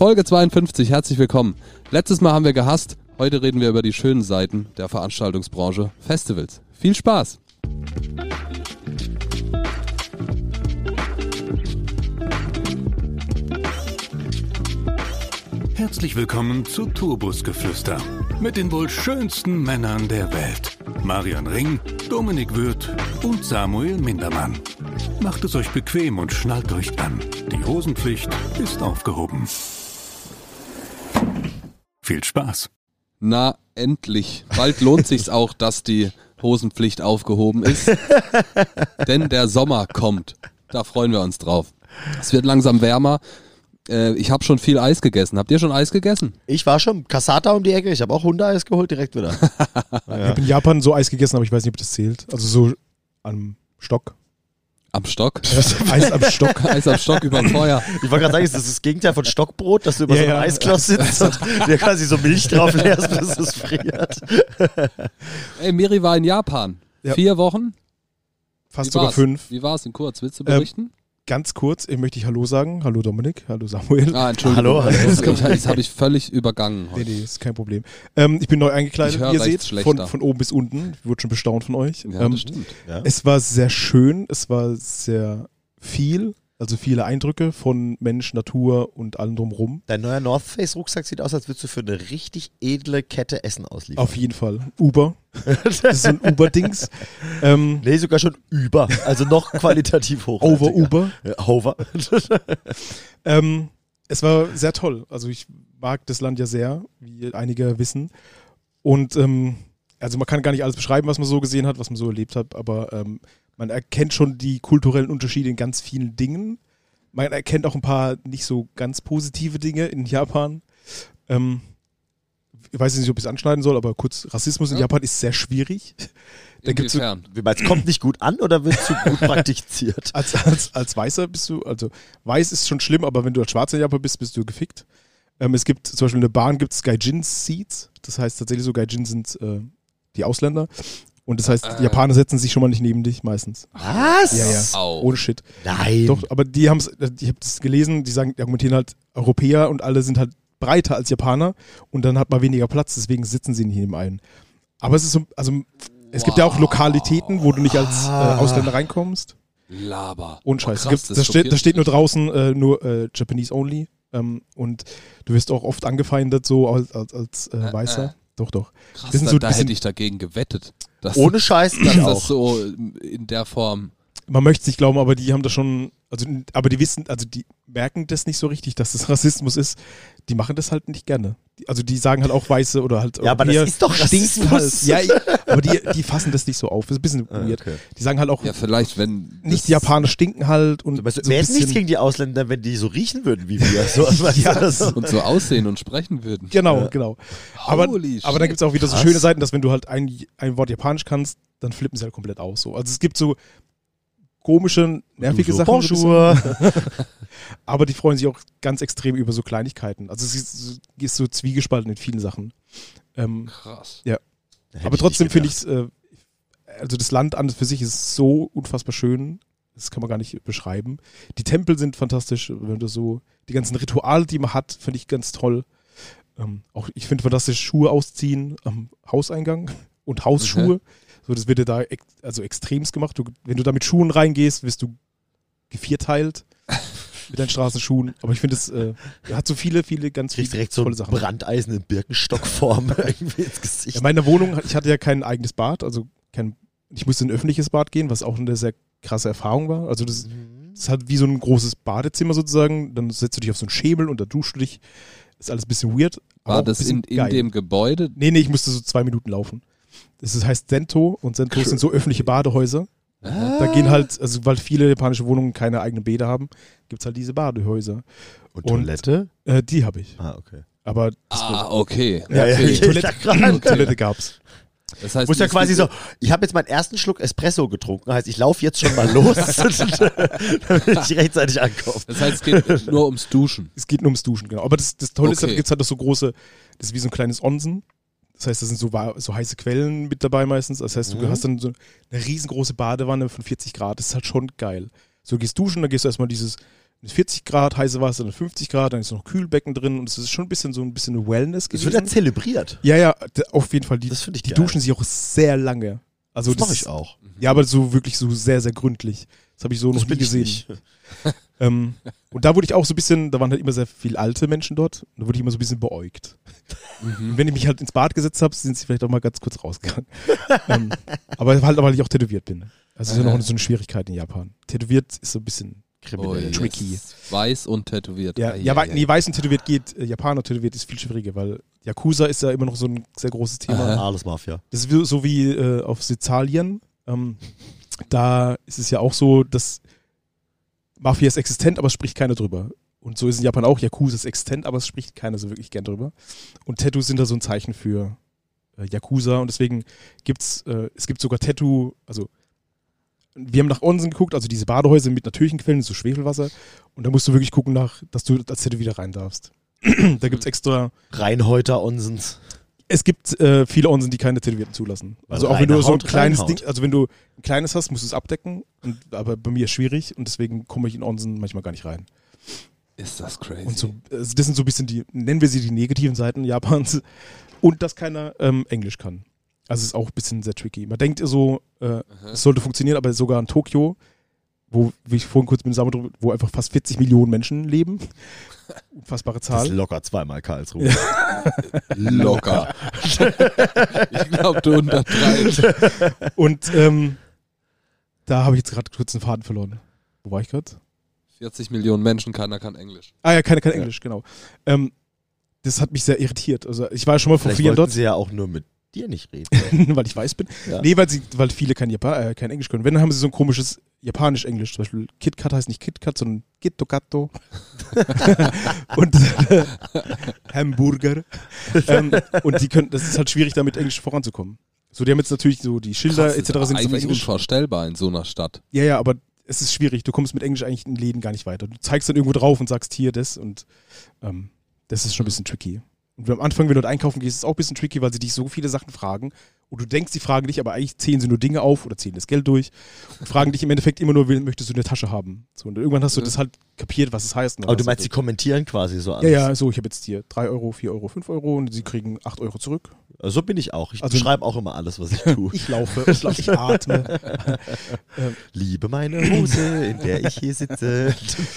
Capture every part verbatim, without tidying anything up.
Folge zweiundfünfzig, herzlich willkommen. Letztes Mal haben wir gehasst, heute reden wir über die schönen Seiten der Veranstaltungsbranche, Festivals. Viel Spaß! Herzlich willkommen zu Tourbusgeflüster mit den wohl schönsten Männern der Welt. Marian Ring, Dominik Würth und Samuel Mindermann. Macht es euch bequem und schnallt euch an. Die Hosenpflicht ist aufgehoben. Viel Spaß. Na, endlich. Bald lohnt sich's auch, dass die Hosenpflicht aufgehoben ist. Denn der Sommer kommt. Da freuen wir uns drauf. Es wird langsam wärmer. Äh, ich habe schon viel Eis gegessen. Habt ihr schon Eis gegessen? Ich war schon Kasata um die Ecke. Ich habe auch Hundeeis geholt, direkt wieder. Ja. Ich habe in Japan so Eis gegessen, aber ich weiß nicht, ob das zählt. Also so am Stock. Am Stock? Eis am Stock. Eis am Stock über dem Feuer. Ich wollte gerade sagen, das ist das Gegenteil von Stockbrot, dass du über Ja, so einem ja. Eisklotz sitzt und dir quasi so Milch drauf leerst, bis es friert. Ey, Miri war in Japan. Ja. Vier Wochen? Fast Wie sogar war's? fünf. Wie war es in kurz? Willst du berichten? Ganz kurz, ich möchte ich Hallo sagen. Hallo Dominik, hallo Samuel. ah, Entschuldigung. Hallo, hallo. Das, das habe ich völlig übergangen Nee, heute. nee, ist kein Problem. Ähm, ich bin neu eingekleidet, Ich höre wie ihr recht seht, schlechter. von, von oben bis unten. Ich wurde schon bestaunt von euch. Ja, ähm, das stimmt. Ja. Es war sehr schön, es war sehr viel, also viele Eindrücke von Mensch, Natur und allem drumherum. Dein neuer North Face Rucksack sieht aus, als würdest du für eine richtig edle Kette Essen ausliefern. Auf jeden Fall. Uber. Das ist so ein Uber-Dings. Ähm, Nee, sogar schon über. Also noch qualitativ hoch. Over Uber. Ja, over. Ähm, es war sehr toll. Also ich mag das Land ja sehr, wie einige wissen. Und ähm, also man kann gar nicht alles beschreiben, was man so gesehen hat, was man so erlebt hat, aber ähm, man erkennt schon die kulturellen Unterschiede in ganz vielen Dingen. Man erkennt auch ein paar nicht so ganz positive Dinge in Japan. Ähm, ich weiß nicht, ob ich es anschneiden soll, aber kurz, Rassismus in Ja. Japan ist sehr schwierig. Da gibt's so, Inwiefern? Wie meinst du, kommt nicht gut an oder wird zu gut praktiziert? als, als, als Weißer bist du, also Weiß ist schon schlimm, aber wenn du als Schwarzer in Japan bist, bist du gefickt. Ähm, es gibt zum Beispiel in der Bahn gibt es Gaijin-Seats, das heißt tatsächlich so, Gaijin sind äh, die Ausländer. Und das heißt, die Äh. Japaner setzen sich schon mal nicht neben dich, meistens. Was? Ja, ja. Au. Ohne Shit. Nein. Doch, aber die haben es, ich habe das gelesen, die sagen, die argumentieren halt, Europäer und alle sind halt breiter als Japaner und dann hat man weniger Platz, deswegen sitzen sie nicht neben einem. Aber es ist so, also es gibt ja auch Lokalitäten, wo du nicht als äh, Ausländer reinkommst. Laber. Ohne Scheiß. Oh, Es krass, gibt, das da, steht, schockiert da steht nur mich. draußen äh, nur äh, Japanese only. Ähm, und du wirst auch oft angefeindet, so als, als, als äh, Äh, Weißer. äh. Doch, doch. Krass, Das sind da, so ein da bisschen- hätte ich dagegen gewettet. Dass, Ohne Scheiß dass dann das auch. so in der Form. Man möchte es nicht glauben, aber die haben das schon, also, aber die wissen, also die merken das nicht so richtig, dass das Rassismus ist. Die machen das halt nicht gerne. Die, also die sagen halt auch Weiße oder halt Ja, aber das Europäer ist doch stinken Rassismus. halt. Ja, aber die, die fassen das nicht so auf. Das ist ein bisschen Ah, weird. okay. Die sagen halt auch, Ja, vielleicht, wenn. nicht das- die Japaner stinken halt und Weißt du, so ein wäre jetzt nichts bisschen, gegen die Ausländer, wenn die so riechen würden wie wir. So, weißt du, Ja, also. Und so aussehen und sprechen würden. genau, genau. Aber, Holy aber dann shit. gibt es auch wieder so Krass. schöne Seiten, dass wenn du halt ein, ein Wort Japanisch kannst, dann flippen sie halt komplett aus. So. Also es gibt so komische, nervige Sachen. so ein Bonjour. bisschen. Aber die freuen sich auch ganz extrem über so Kleinigkeiten. Also es ist, ist so zwiegespalten in vielen Sachen. Ähm, Krass. aber trotzdem finde ich es, äh, also das Land an und für sich ist so unfassbar schön. Das kann man gar nicht beschreiben. Die Tempel sind fantastisch, wenn du so, die ganzen Rituale, die man hat, finde ich ganz toll. Ähm, auch ich finde fantastisch Schuhe ausziehen am Hauseingang und Hausschuhe. So, das wird ja da ex also extremst gemacht. Du, wenn du da mit Schuhen reingehst, wirst du gevierteilt mit deinen Straßenschuhen. Aber ich finde, es äh, hat so viele, viele ganz Kriegst viele direkt so tolle ein Sachen. Brandeisen in Birkenstockform irgendwie ins Gesicht. Ja, in meiner Wohnung, ich hatte ja kein eigenes Bad, also kein, ich musste in ein öffentliches Bad gehen, was auch eine sehr krasse Erfahrung war. Also das, das ist halt wie so ein großes Badezimmer sozusagen. Dann setzt du dich auf so einen Schemel und da duschst du dich. Ist alles ein bisschen weird. aber War auch ein das bisschen in, in geil. dem Gebäude? Nee, nee, ich musste so zwei Minuten laufen. Das ist, heißt Sento und Sentos sind so öffentliche Badehäuser. Da gehen halt, also weil viele japanische Wohnungen keine eigenen Bäder haben, gibt es halt diese Badehäuser. Und und- Toilette? Äh, die habe ich. Ah, okay. Aber das Ah, okay. ja, ja, okay. ich Toilette, dachte gerade. Toilette gab's. Das heißt, Muss ja es quasi gibt- so, ich habe jetzt meinen ersten Schluck Espresso getrunken, heißt, ich laufe jetzt schon mal los, damit ich rechtzeitig ankomme. Das heißt, es geht nur ums Duschen. Es geht nur ums Duschen, genau. Aber das, das Tolle ist, da Okay. gibt es halt auch so große, das ist wie so ein kleines Onsen. Das heißt, da sind so, wa- so heiße Quellen mit dabei meistens. Das heißt, du Mhm. hast dann so eine riesengroße Badewanne von vierzig Grad. Das ist halt schon geil. So, du gehst duschen, dann gehst du erstmal dieses vierzig Grad heiße Wasser, dann fünfzig Grad, dann ist noch Kühlbecken drin und es ist schon ein bisschen so ein bisschen eine Wellness Das gewesen. wird ja zelebriert. Ja, ja, d- auf jeden Fall. Die, Das finde ich die geil. duschen sich auch sehr lange. Also Das mache ist- ich auch. Ja, aber so wirklich so sehr, sehr gründlich. Das habe ich so noch Das nie bin ich gesehen. nicht. Ähm, und da wurde ich auch so ein bisschen, da waren halt immer sehr viele alte Menschen dort. Und da wurde ich immer so ein bisschen beäugt. Und wenn ich mich halt ins Bad gesetzt habe, sind sie vielleicht auch mal ganz kurz rausgegangen. ähm, aber halt, weil ich auch tätowiert bin. Also das ist ja noch so eine Schwierigkeit in Japan. Tätowiert ist so ein bisschen Oh, Kriminell. yes. tricky. Weiß und tätowiert. Ja, Ei, ja, ei, wei- ei. nee, weiß und tätowiert geht, äh, Japaner tätowiert ist viel schwieriger, weil Yakuza ist ja immer noch so ein sehr großes Thema. Aha. Alles Mafia. Das ist wie- so wie äh, auf Sizilien. Ähm, da ist es ja auch so, dass Mafia ist existent, aber es spricht keiner drüber. Und so ist es in Japan auch. Yakuza ist existent, aber es spricht keiner so wirklich gern drüber. Und Tattoos sind da so ein Zeichen für äh, Yakuza. Und deswegen gibt's, äh, es gibt sogar Tattoo, also wir haben nach Onsen geguckt, also diese Badehäuser mit natürlichen Quellen, so Schwefelwasser. Und da musst du wirklich gucken, nach, dass du als Tattoo wieder rein darfst. Da gibt's extra. Reinhäuter Onsens. Es gibt äh, viele Onsen, die keine Tätowierten zulassen. Weil Also auch wenn du reine so ein Haut kleines reinhaut. Ding, also wenn du ein kleines hast, musst du es abdecken. Und, aber bei mir ist schwierig und deswegen komme ich in Onsen manchmal gar nicht rein. Ist das crazy. Und so, also das sind so ein bisschen die, nennen wir sie die negativen Seiten Japans. Und dass keiner ähm, Englisch kann. Also es ist auch ein bisschen sehr tricky. Man denkt so, äh, es sollte funktionieren, aber sogar in Tokio, wo, wie ich vorhin kurz mit Samuel drüber, wo einfach fast vierzig Millionen Menschen leben. Unfassbare Das Zahl. ist locker zweimal Karlsruhe. Locker. Ich glaube, du untertreibst. Und ähm, da habe ich jetzt gerade kurz einen Faden verloren. Wo war ich gerade? vierzig Millionen Menschen, keiner kann Englisch. Ah ja, kein, kein Englisch, genau. Ähm, das hat mich sehr irritiert. Also ich war schon mal vor Vielleicht vier Jahren wollten dort, sie ja auch nur mit dir nicht reden. weil ich weiß bin. Ja. Nee, weil, sie, weil viele kein, Japan, äh, kein Englisch können. Wenn, dann haben sie so ein komisches Japanisch-Englisch. Zum Beispiel KitKat heißt nicht KitKat, sondern Kitto-Katto. Und äh, Hamburger. ähm, und die können, das ist halt schwierig, da mit Englisch voranzukommen. So, die haben jetzt natürlich so die Schilder Krass, et cetera ist sind auf eigentlich Englisch. unvorstellbar in so einer Stadt. Ja, ja, aber es ist schwierig. Du kommst mit Englisch eigentlich in Läden gar nicht weiter. Du zeigst dann irgendwo drauf und sagst hier das und ähm, das ist schon ein bisschen tricky. Und am Anfang, wenn du dort einkaufen gehst, ist es auch ein bisschen tricky, weil sie dich so viele Sachen fragen und du denkst, sie fragen dich, aber eigentlich zählen sie nur Dinge auf oder zählen das Geld durch und fragen dich im Endeffekt immer nur, wen möchtest du in der Tasche haben. So, und irgendwann hast du das halt kapiert, was es heißt. Und dann Aber du hast meinst, sie kommentieren quasi so alles. ja, ja, so, ich habe jetzt hier drei Euro, vier Euro, fünf Euro und sie kriegen acht Euro zurück. So bin ich auch. Ich Also- beschreibe auch immer alles, was ich tue. Ich laufe, ich, laufe, ich atme. Liebe meine Hose, in der ich hier sitze.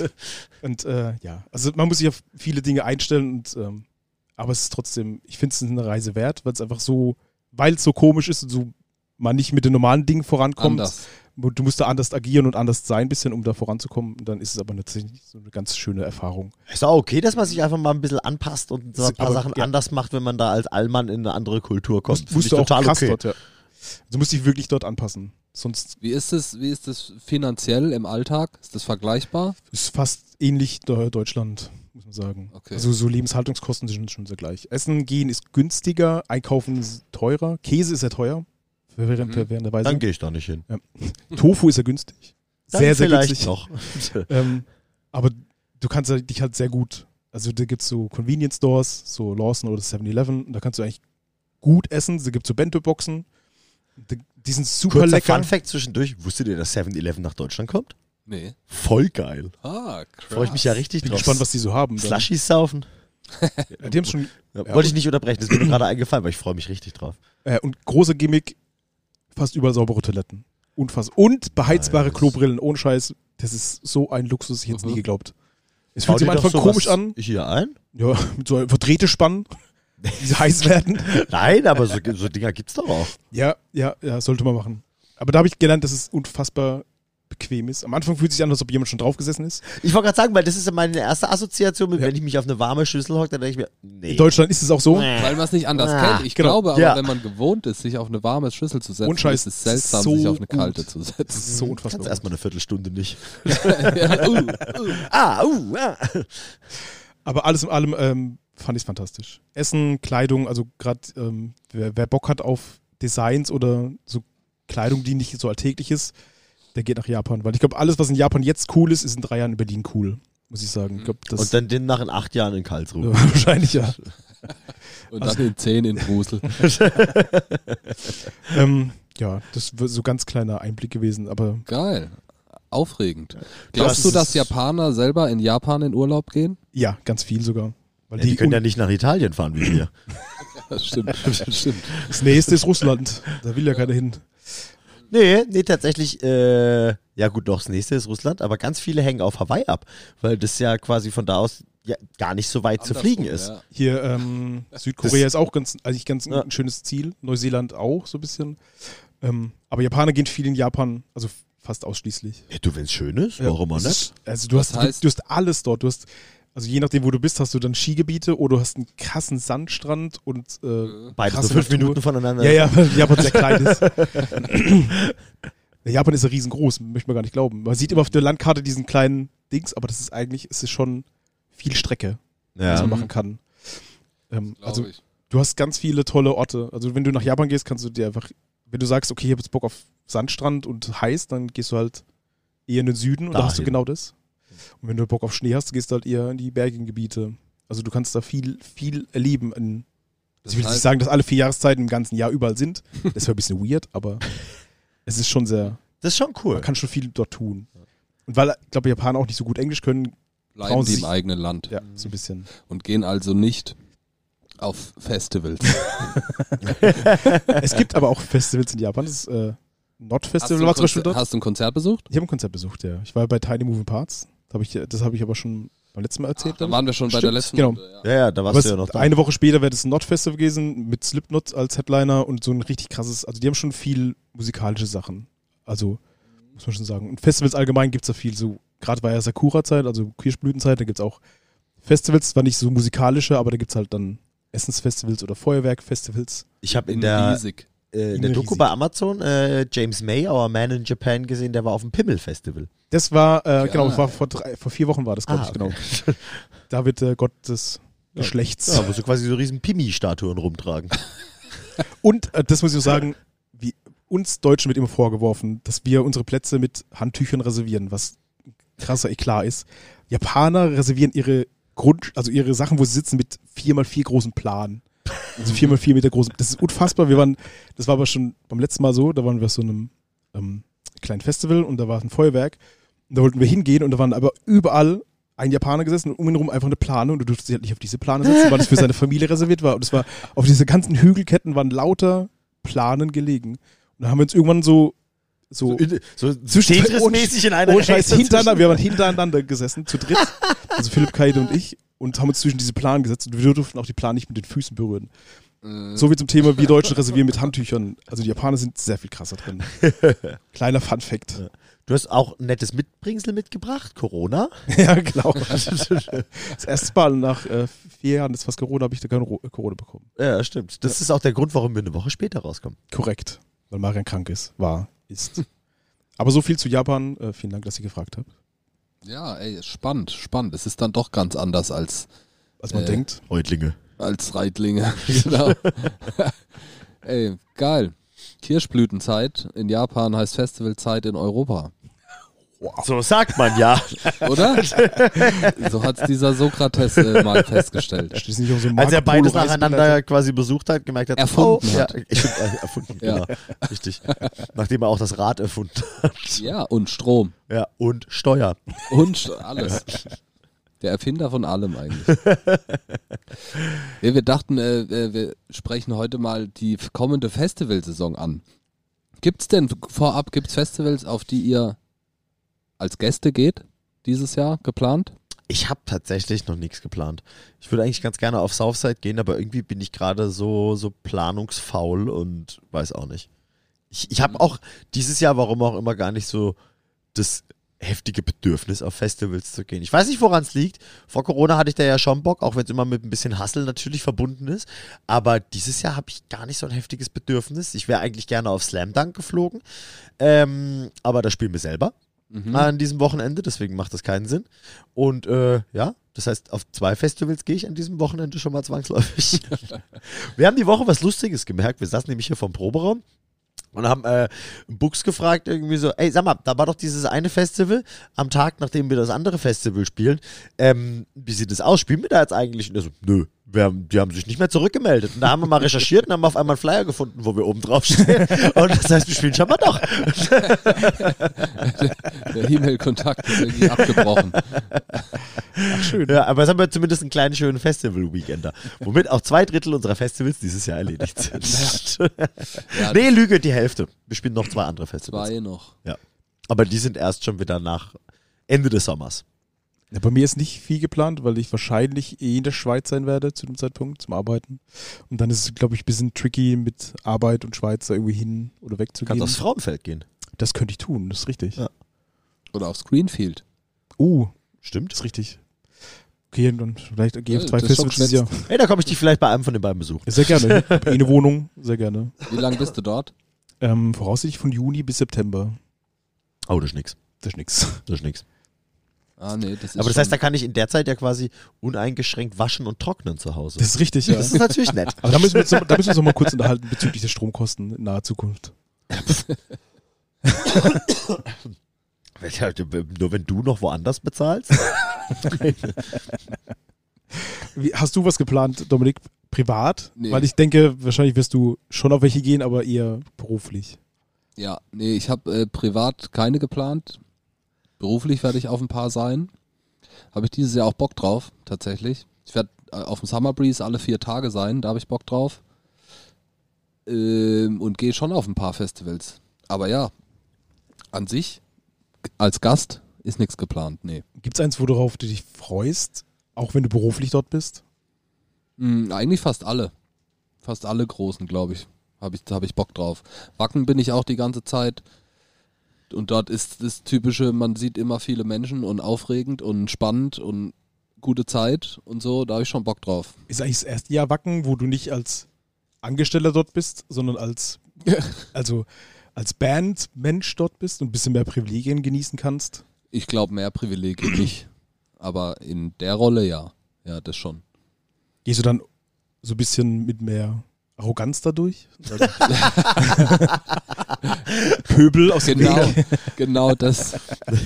Und äh, ja, also man muss sich auf viele Dinge einstellen und ähm, aber es ist trotzdem, ich finde es eine Reise wert, weil es einfach so, weil es so komisch ist und so man nicht mit den normalen Dingen vorankommt. Anders. Du musst da anders agieren und anders sein, ein bisschen, um da voranzukommen. Und dann ist es aber natürlich so eine ganz schöne Erfahrung. Ist auch okay, dass man sich einfach mal ein bisschen anpasst und so ein paar Aber, Sachen ja. anders macht, wenn man da als Allmann in eine andere Kultur kommt. Musst, Finde musst ich du auch total krass okay. dort, ja. Du musst dich wirklich dort anpassen. Sonst Wie ist es, wie ist es finanziell im Alltag? Ist das vergleichbar? ist es fast ähnlich de- Deutschland, muss man sagen. Okay. Also so Lebenshaltungskosten sind schon sehr gleich. Essen gehen ist günstiger, einkaufen ist teurer. Käse ist ja teuer. Während, Mhm. während der Weise. Dann gehe ich da nicht hin. Tofu ist ja günstig. Dann sehr, sehr vielleicht günstig. noch. Ähm, aber du kannst halt- dich halt sehr gut, also da gibt es so Convenience Stores, so Lawson oder seven eleven, und da kannst du eigentlich gut essen. Da gibt es so Bento-Boxen, die, die sind super Kurzer lecker. Funfact zwischendurch. Wusstet ihr, dass seven eleven nach Deutschland kommt? Nee. Voll geil. Ah, krass. Freue ich mich ja richtig Bin drauf. gespannt, was die so haben. dann. Slushies saufen. Ja, die haben schon, Ja, Ja, wollte ich nicht unterbrechen, das ist mir nur gerade eingefallen, weil ich freue mich richtig drauf. äh, und große Gimmick, fast überall saubere Toiletten. Unfassbar. Und beheizbare Nice. Klobrillen, ohne Scheiß. Das ist so ein Luxus, ich hätte es Mhm. nie geglaubt. Es Bau fühlt sich dir am doch Anfang sowas komisch an, Hier ein? ja, mit so Verdrehte-Spannen, die heiß werden. Nein, aber so, so Dinger gibt's doch auch. Ja, ja, ja, sollte man machen. Aber da habe ich gelernt, dass es unfassbar bequem ist. Am Anfang fühlt es sich an, als ob jemand schon draufgesessen ist. Ich wollte gerade sagen, weil das ist ja meine erste Assoziation, mit, Ja. wenn ich mich auf eine warme Schüssel hocke, dann denke ich mir, nee. In Deutschland ist es auch so. Nee. Weil man es nicht anders Ah, kennt. Ich genau. glaube aber, Ja. wenn man gewohnt ist, sich auf eine warme Schüssel zu setzen, Und Scheiß, ist es seltsam, so sich auf eine gut. kalte zu Das setzen. ist so unfassbar. Kannst erstmal eine Viertelstunde nicht. ja, uh, uh. Ah, uh, ah. Aber alles in allem ähm, fand ich es fantastisch. Essen, Kleidung, also gerade ähm, wer, wer Bock hat auf Designs oder so Kleidung, die nicht so alltäglich ist, der geht nach Japan. Weil ich glaube, alles, was in Japan jetzt cool ist, ist in drei Jahren in Berlin cool, muss ich sagen. Ich glaub, das Und dann den nach in acht Jahren in Karlsruhe. ja, wahrscheinlich ja. Und dann in zehn in Brusel. ähm, ja, das war so ganz kleiner Einblick gewesen, aber Geil. aufregend. Glaubst Das du, dass ist- Japaner selber in Japan in Urlaub gehen? Ja, ganz viel sogar. Weil Ja, die können un- ja nicht nach Italien fahren wie wir. Das stimmt. Das stimmt. das nächste ist Russland. Da will ja keiner hin. Nee, nee, tatsächlich, äh, ja gut, doch, das nächste ist Russland, aber ganz viele hängen auf Hawaii ab, weil das ja quasi von da aus ja, gar nicht so weit zu fliegen ist. Ja. Hier ähm, Südkorea ist auch ganz, eigentlich ganz Ja. ein schönes Ziel. Neuseeland auch so ein bisschen. Ähm, aber Japaner gehen viel in Japan, also f- fast ausschließlich. Ja, du, wenn es schön ist, Ja, warum auch es nicht? ist- Also du Das hast, heißt- du, du hast alles dort. Du hast, also je nachdem, wo du bist, hast du dann Skigebiete oder du hast einen krassen Sandstrand und äh, Beide so krasse fünf Natur. Minuten voneinander. Ja, ja, weil Japan sehr klein ist. Ja, Japan ist ja riesengroß, möchte man gar nicht glauben. Man sieht immer auf der Landkarte diesen kleinen Dings, aber das ist eigentlich, es ist schon viel Strecke, was Ja. man machen kann. Ähm, Glaub also ich. du hast ganz viele tolle Orte. Also wenn du nach Japan gehst, kannst du dir einfach, wenn du sagst, okay, ich habe jetzt Bock auf Sandstrand und heiß, dann gehst du halt eher in den Süden und da hast du Dahin. genau das. Und wenn du Bock auf Schnee hast, gehst du halt eher in die bergigen Gebiete. Also du kannst da viel, viel erleben. In, Das ich will jetzt heißt- nicht sagen, dass alle vier Jahreszeiten im ganzen Jahr überall sind. Das wäre ein bisschen weird, aber es ist schon sehr, Das ist schon cool. man kann schon viel dort tun. Und weil, ich glaube, Japaner auch nicht so gut Englisch können, Bleiben trauen die sie im sich- eigenen Land ja, so ein bisschen. und gehen also nicht auf Festivals. Es gibt aber auch Festivals in Japan. Das ist äh, Not Hast Festival du, war ein zum Beispiel Konzer- dort. hast du ein Konzert besucht? Ich habe ein Konzert besucht, ja. Ich war bei Tiny Moving Parts. Das habe ich, das habe ich aber schon beim letzten Mal erzählt. Da glaub ich. waren wir schon bei Stimmt, der letzten genau. Runde, ja. Ja, ja, da Aber warst es, du ja noch da. eine Woche später wäre das Not Festival gewesen mit Slipknot als Headliner und so ein richtig krasses, also die haben schon viel musikalische Sachen. Also, muss man schon sagen. Und Festivals allgemein gibt es da viel. So, gerade war ja Sakura-Zeit, also Kirschblütenzeit, da gibt es auch Festivals, zwar nicht so musikalische, aber da gibt es halt dann Essensfestivals oder Feuerwerkfestivals. Ich habe in In der, Riesig. äh, in der Doku riesig. bei Amazon äh, James May, Our Man in Japan, gesehen, der war auf dem Pimmel-Festival. Das war, äh, genau, das Geil. war vor, drei, vor vier Wochen war das, glaube Ah, ich, genau. okay. Da wird äh, Gott des Geschlechts. Ja, wo sie quasi so riesen Pimi-Statuen rumtragen. Und äh, das muss ich auch sagen, wie uns Deutschen wird immer vorgeworfen, dass wir unsere Plätze mit Handtüchern reservieren, was ein krasser Eklat ist. Japaner reservieren ihre Grund, also ihre Sachen, wo sie sitzen, mit vier mal vier großen Plan. Also vier mal vier Meter großen. Das ist unfassbar. Wir waren, das war aber schon beim letzten Mal so, da waren wir auf so einem ähm, kleinen Festival und da war ein Feuerwerk. Und da wollten wir hingehen und da waren aber überall ein Japaner gesessen und um ihn herum einfach eine Plane und du durftest dich halt nicht auf diese Plane setzen, weil das für seine Familie reserviert war. Und es war, auf diese ganzen Hügelketten waren lauter Planen gelegen. Und dann haben wir uns irgendwann so, so, So, so Zwischen- Tetris-mäßig in einer ohne Scheiß Reihe hintereinander, wir waren hintereinander gesessen, zu dritt. Also Philipp, Kaide und ich und haben uns zwischen diese Planen gesetzt und wir durften auch die Planen nicht mit den Füßen berühren. Äh, So wie zum Thema, wir Deutschen reservieren mit Handtüchern. Also die Japaner sind sehr viel krasser drin. Kleiner Fun-Fact. Du hast auch ein nettes Mitbringsel mitgebracht, Corona. Ja, genau. Das erste Mal nach äh, vier Jahren, das ist fast Corona, habe ich da keine Ro- Corona bekommen. Ja, stimmt. Das ist auch der Grund, warum wir eine Woche später rauskommen. Korrekt. Weil Marian krank ist. War, ist. Aber so viel zu Japan. Äh, vielen Dank, dass ihr gefragt habt. ja, ey, spannend, spannend. Es ist dann doch ganz anders als, Als man Äh, denkt. Reutlinge. als Reitlinge. Genau. Ey, geil. Kirschblütenzeit in Japan heißt Festivalzeit in Europa. So sagt man ja. Oder? So hat es dieser Sokrates äh, mal festgestellt. Steht nicht auf so einem Als er Marco Polo beides Reisebegleiter? nacheinander quasi besucht hat, gemerkt hat, Erfunden oh, hat. Ja, ich find, äh, erfunden, genau. Richtig. Nachdem er auch das Rad erfunden hat. Ja, und Strom. Ja, und Steuer. Und st- alles. Der Erfinder von allem eigentlich. Ja, wir dachten, äh, äh, wir sprechen heute mal die f- kommende Festivalsaison an. Gibt's denn vorab, gibt's Festivals, auf die ihr als Gäste geht dieses Jahr geplant? Ich habe tatsächlich noch nichts geplant. Ich würde eigentlich ganz gerne auf Southside gehen, aber irgendwie bin ich gerade so, so planungsfaul und weiß auch nicht. Ich, ich habe auch dieses Jahr, warum auch immer, gar nicht so das heftige Bedürfnis, auf Festivals zu gehen. Ich weiß nicht, woran es liegt. Vor Corona hatte ich da ja schon Bock, auch wenn es immer mit ein bisschen Hustle natürlich verbunden ist. Aber dieses Jahr habe ich gar nicht so ein heftiges Bedürfnis. Ich wäre eigentlich gerne auf Slam Dunk geflogen. Ähm, aber da spielen wir selber Mhm. an diesem Wochenende, deswegen macht das keinen Sinn. Und äh, ja, das heißt, auf zwei Festivals gehe ich an diesem Wochenende schon mal zwangsläufig. Wir haben die Woche was Lustiges gemerkt. Wir saßen nämlich hier vom Proberaum. Und haben äh, Bux gefragt, irgendwie so, ey, sag mal, da war doch dieses eine Festival am Tag, nachdem wir das andere Festival spielen. Ähm, wie sieht das aus? Spielen wir da jetzt eigentlich? Und er so, nö, wir haben, die haben sich nicht mehr zurückgemeldet. Und da haben wir mal recherchiert und haben auf einmal einen Flyer gefunden, wo wir oben drauf stehen. Und das heißt, wir spielen schon mal doch. der der E-Mail-Kontakt ist irgendwie abgebrochen. Ach, schön. Ja, aber jetzt haben wir zumindest einen kleinen, schönen Festival-Weekend da. Womit auch zwei Drittel unserer Festivals dieses Jahr erledigt sind. Ja, nee, Lüge, die Hälfte. Wir spielen noch zwei andere Festivals. Zwei noch. Ja. Aber die sind erst schon wieder nach Ende des Sommers. Ja, bei mir ist nicht viel geplant, weil ich wahrscheinlich eh in der Schweiz sein werde zu dem Zeitpunkt zum Arbeiten. Und dann ist es, glaube ich, ein bisschen tricky mit Arbeit und Schweiz da irgendwie hin oder wegzugehen. Kannst aufs Frauenfeld gehen. Das könnte ich tun, das ist richtig. Ja. Oder aufs Greenfield. Uh, stimmt. Das ist richtig. Okay, dann vielleicht gehe ich auf Ja, zwei das ist schon Festivals dieses Jahr. Hey, da komme ich dich vielleicht bei einem von den beiden besuchen. Ja, sehr gerne. Ich habe eh eine Wohnung, sehr gerne. Wie lange bist du dort? Ähm, voraussichtlich von Juni bis September. Oh, das ist nix. Das ist nix. Das ist nix. Ah, nee, das ist Aber das schon, heißt, da kann ich in der Zeit ja quasi uneingeschränkt waschen und trocknen zu Hause. Das ist richtig, ja. Das ist natürlich nett. Aber da müssen wir uns, noch- da müssen wir uns noch mal kurz unterhalten bezüglich der Stromkosten in naher Zukunft. Nur wenn du noch woanders bezahlst? Wie, hast du was geplant, Dominik, privat? Nee. Weil ich denke, wahrscheinlich wirst du schon auf welche gehen, aber eher beruflich. Ja, nee, ich habe äh, privat keine geplant. Beruflich werde ich auf ein paar sein. Habe ich dieses Jahr auch Bock drauf, tatsächlich. Ich werde äh, auf dem Summer Breeze alle vier Tage sein, da habe ich Bock drauf. Ähm, und gehe schon auf ein paar Festivals. Aber ja, an sich, als Gast, ist nichts geplant, nee. Gibt es eins, worauf du dich freust, auch wenn du beruflich dort bist? Hm, eigentlich fast alle. Fast alle großen, glaube ich. Habe ich, hab ich Bock drauf. Wacken bin ich auch die ganze Zeit. Und dort ist das Typische, man sieht immer viele Menschen und aufregend und spannend und gute Zeit und so, da habe ich schon Bock drauf. Ist eigentlich das erste Jahr Wacken, wo du nicht als Angestellter dort bist, sondern als, also als Bandmensch dort bist und ein bisschen mehr Privilegien genießen kannst? Ich glaube, mehr Privilegien nicht. Aber in der Rolle ja. Ja, das schon. Gehst du dann so ein bisschen mit mehr Arroganz dadurch? Pöbel aus dem Genau, Weg. genau das.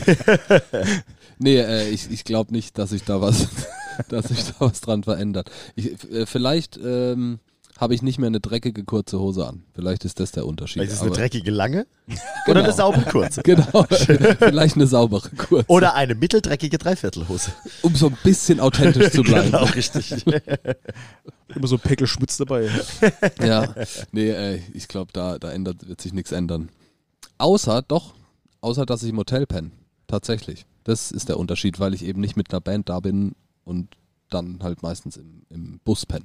Nee, äh, ich, ich glaube nicht, dass sich da was, dass sich da was dran verändert. Ich, äh, vielleicht ähm, habe ich nicht mehr eine dreckige kurze Hose an. Vielleicht ist das der Unterschied. Vielleicht ist es eine aber- dreckige lange Genau. oder eine saubere kurze. Genau, vielleicht eine saubere kurze. Oder eine mitteldreckige Dreiviertelhose. Um so ein bisschen authentisch zu bleiben. Genau, richtig. Immer so Päckelschmutz dabei. Ja, nee, äh, ich glaube, da, da ändert, wird sich nichts ändern. Außer, doch, außer, dass ich im Hotel penne. Tatsächlich. Das ist der Unterschied, weil ich eben nicht mit einer Band da bin und dann halt meistens im, im Bus penne.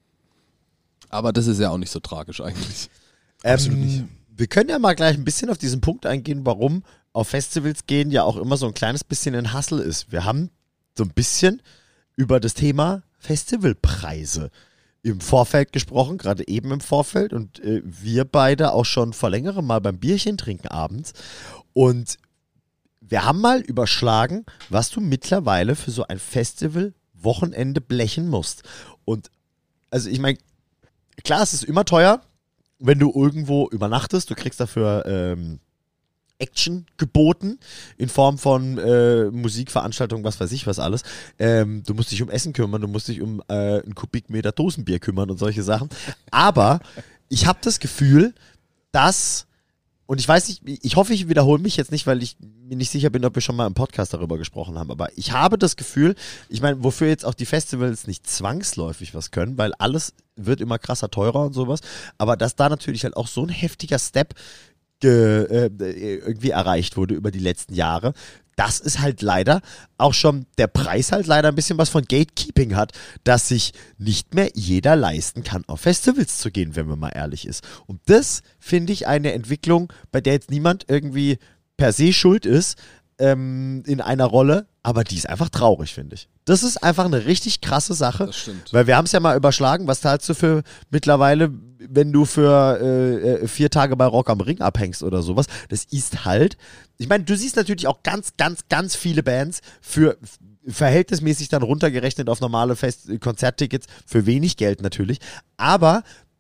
Aber das ist ja auch nicht so tragisch eigentlich. Absolut ähm, nicht. Wir können ja mal gleich ein bisschen auf diesen Punkt eingehen, warum auf Festivals gehen ja auch immer so ein kleines bisschen ein Hassel ist. Wir haben so ein bisschen über das Thema Festivalpreise im Vorfeld gesprochen, gerade eben im Vorfeld, und äh, wir beide auch schon vor längerem mal beim Bierchen trinken abends. Und wir haben mal überschlagen, was du mittlerweile für so ein Festival-Wochenende blechen musst. Und also ich meine, klar, es ist immer teuer, wenn du irgendwo übernachtest. Du kriegst dafür ähm, Action geboten in Form von äh, Musikveranstaltungen, was weiß ich, was alles. Ähm, du musst dich um Essen kümmern, du musst dich um äh, einen Kubikmeter Dosenbier kümmern und solche Sachen. Aber ich habe das Gefühl, dass, und ich weiß nicht, ich hoffe, ich wiederhole mich jetzt nicht, weil ich mir nicht sicher bin, ob wir schon mal im Podcast darüber gesprochen haben, aber ich habe das Gefühl, ich meine, wofür jetzt auch die Festivals nicht zwangsläufig was können, weil alles wird immer krasser teurer und sowas, aber dass da natürlich halt auch so ein heftiger Step ge, äh, irgendwie erreicht wurde über die letzten Jahre, das ist halt leider auch schon der Preis halt leider ein bisschen was von Gatekeeping hat, dass sich nicht mehr jeder leisten kann, auf Festivals zu gehen, wenn man mal ehrlich ist. Und das finde ich eine Entwicklung, bei der jetzt niemand irgendwie per se schuld ist ähm, in einer Rolle, aber die ist einfach traurig, finde ich. Das ist einfach eine richtig krasse Sache. Das stimmt. Weil wir haben es ja mal überschlagen, was zahlst du für mittlerweile, wenn du für äh, vier Tage bei Rock am Ring abhängst oder sowas. Das ist halt, ich meine, du siehst natürlich auch ganz, ganz, ganz viele Bands für f- verhältnismäßig dann runtergerechnet auf normale Fest- Konzerttickets für wenig Geld natürlich, aber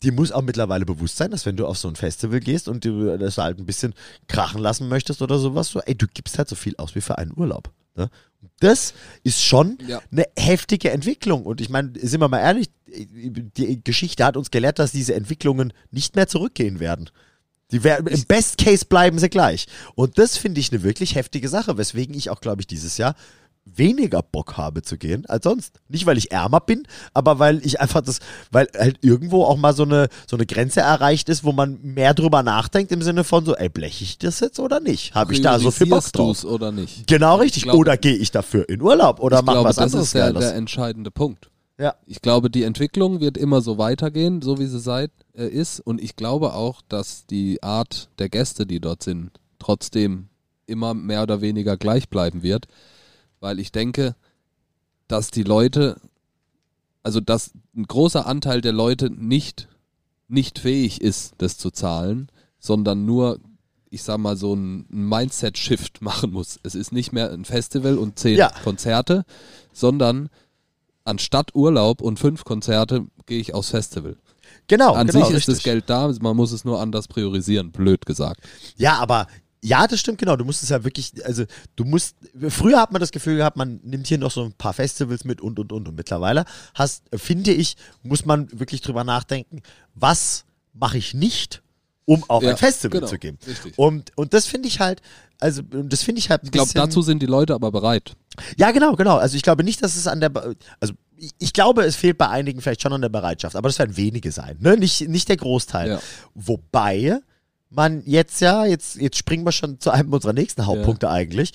dir muss auch mittlerweile bewusst sein, dass wenn du auf so ein Festival gehst und du das halt ein bisschen krachen lassen möchtest oder sowas, so, ey, du gibst halt so viel aus wie für einen Urlaub. Ne? Das ist schon Ja. eine heftige Entwicklung. Und ich meine, sind wir mal ehrlich, die Geschichte hat uns gelehrt, dass diese Entwicklungen nicht mehr zurückgehen werden. Die werden, im Best Case bleiben sie gleich. Und das finde ich eine wirklich heftige Sache, weswegen ich auch, glaube ich, dieses Jahr weniger Bock habe zu gehen als sonst. Nicht, weil ich ärmer bin, aber weil ich einfach das, weil halt irgendwo auch mal so eine, so eine Grenze erreicht ist, wo man mehr drüber nachdenkt im Sinne von so, ey, bleche ich das jetzt oder nicht? Habe ich da so viel Bock Priorisierst drauf? du's oder nicht? Genau richtig. Ich glaube- oder gehe ich dafür in Urlaub oder Ich mache glaube, was das anderes ist der, Geiles? der entscheidende Punkt. Ja. Ich glaube, die Entwicklung wird immer so weitergehen, so wie sie seit, äh, ist. Und ich glaube auch, dass die Art der Gäste, die dort sind, trotzdem immer mehr oder weniger gleich bleiben wird. Weil ich denke, dass die Leute, also dass ein großer Anteil der Leute nicht, nicht fähig ist, das zu zahlen, sondern nur, ich sag mal, so ein Mindset-Shift machen muss. Es ist nicht mehr ein Festival und zehn Ja. Konzerte, sondern anstatt Urlaub und fünf Konzerte gehe ich aufs Festival. Genau, An genau, sich ist richtig. das Geld da, man muss es nur anders priorisieren, blöd gesagt. Ja, aber ja, das stimmt, genau. Du musst es ja wirklich, also du musst, früher hat man das Gefühl gehabt, man nimmt hier noch so ein paar Festivals mit und, und, und. Und mittlerweile hast, finde ich, muss man wirklich drüber nachdenken, was mache ich nicht, um auf Ja, ein Festival genau, zu gehen. richtig. Und, und das finde ich halt, also das finde ich halt ein Ich glaube, bisschen- dazu sind die Leute aber bereit. Ja, genau, genau. Also ich glaube nicht, dass es an der, Be- also ich, ich glaube, es fehlt bei einigen vielleicht schon an der Bereitschaft, aber das werden wenige sein, ne? Nicht, nicht der Großteil. Ja. Wobei man jetzt ja, jetzt, jetzt springen wir schon zu einem unserer nächsten Hauptpunkte eigentlich,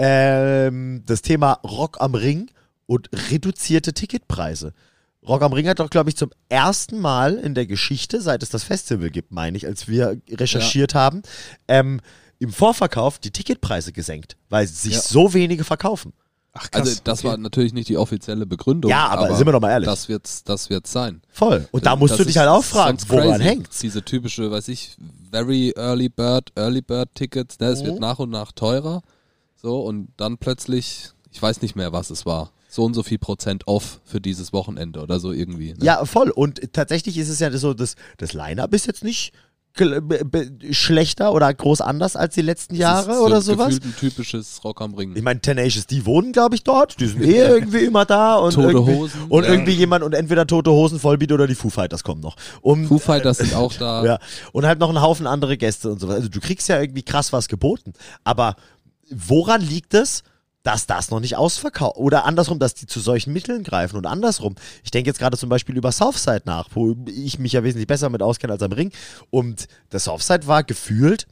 ähm, das Thema Rock am Ring und reduzierte Ticketpreise. Rock am Ring hat doch, glaube ich, zum ersten Mal in der Geschichte, seit es das Festival gibt, meine ich, als wir recherchiert haben, ähm, im Vorverkauf die Ticketpreise gesenkt, weil sich Ja. so wenige verkaufen. Ach, krass. Also das okay. war natürlich nicht die offizielle Begründung. Ja, aber sind wir doch mal ehrlich. Das wird's, das wird's sein. Voll. Und da Äh, musst das du dich ist halt auch fragen, sonst woran crazy. hängt's? Diese typische, weiß ich, very early bird, early bird Tickets, ne? Es Mhm. wird nach und nach teurer. So, und dann plötzlich, ich weiß nicht mehr, was es war. So und so viel Prozent off für dieses Wochenende oder so irgendwie. Ne? Ja, voll. Und tatsächlich ist es ja so, das, das Line-Up ist jetzt nicht gel- be- be- schlechter oder groß anders als die letzten Das Jahre ist so oder sowas. gefühlt ein typisches Rock am Ring. Ich meine, Tenacious, die wohnen, glaube ich, dort. Die sind eh irgendwie immer da. Und Tote irgendwie, Hosen, Und ja. irgendwie jemand und entweder Tote Hosen, Vollbeat oder die Foo Fighters kommen noch. Um, Foo Fighters sind auch da. Ja, und halt noch ein Haufen andere Gäste und so weiter. Also du kriegst ja irgendwie krass was geboten. Aber woran liegt es, dass das noch nicht ausverkauft, oder andersrum, dass die zu solchen Mitteln greifen und andersrum. Ich denke jetzt gerade zum Beispiel über Southside nach, wo ich mich ja wesentlich besser mit auskenne als am Ring. Und das Southside war gefühlt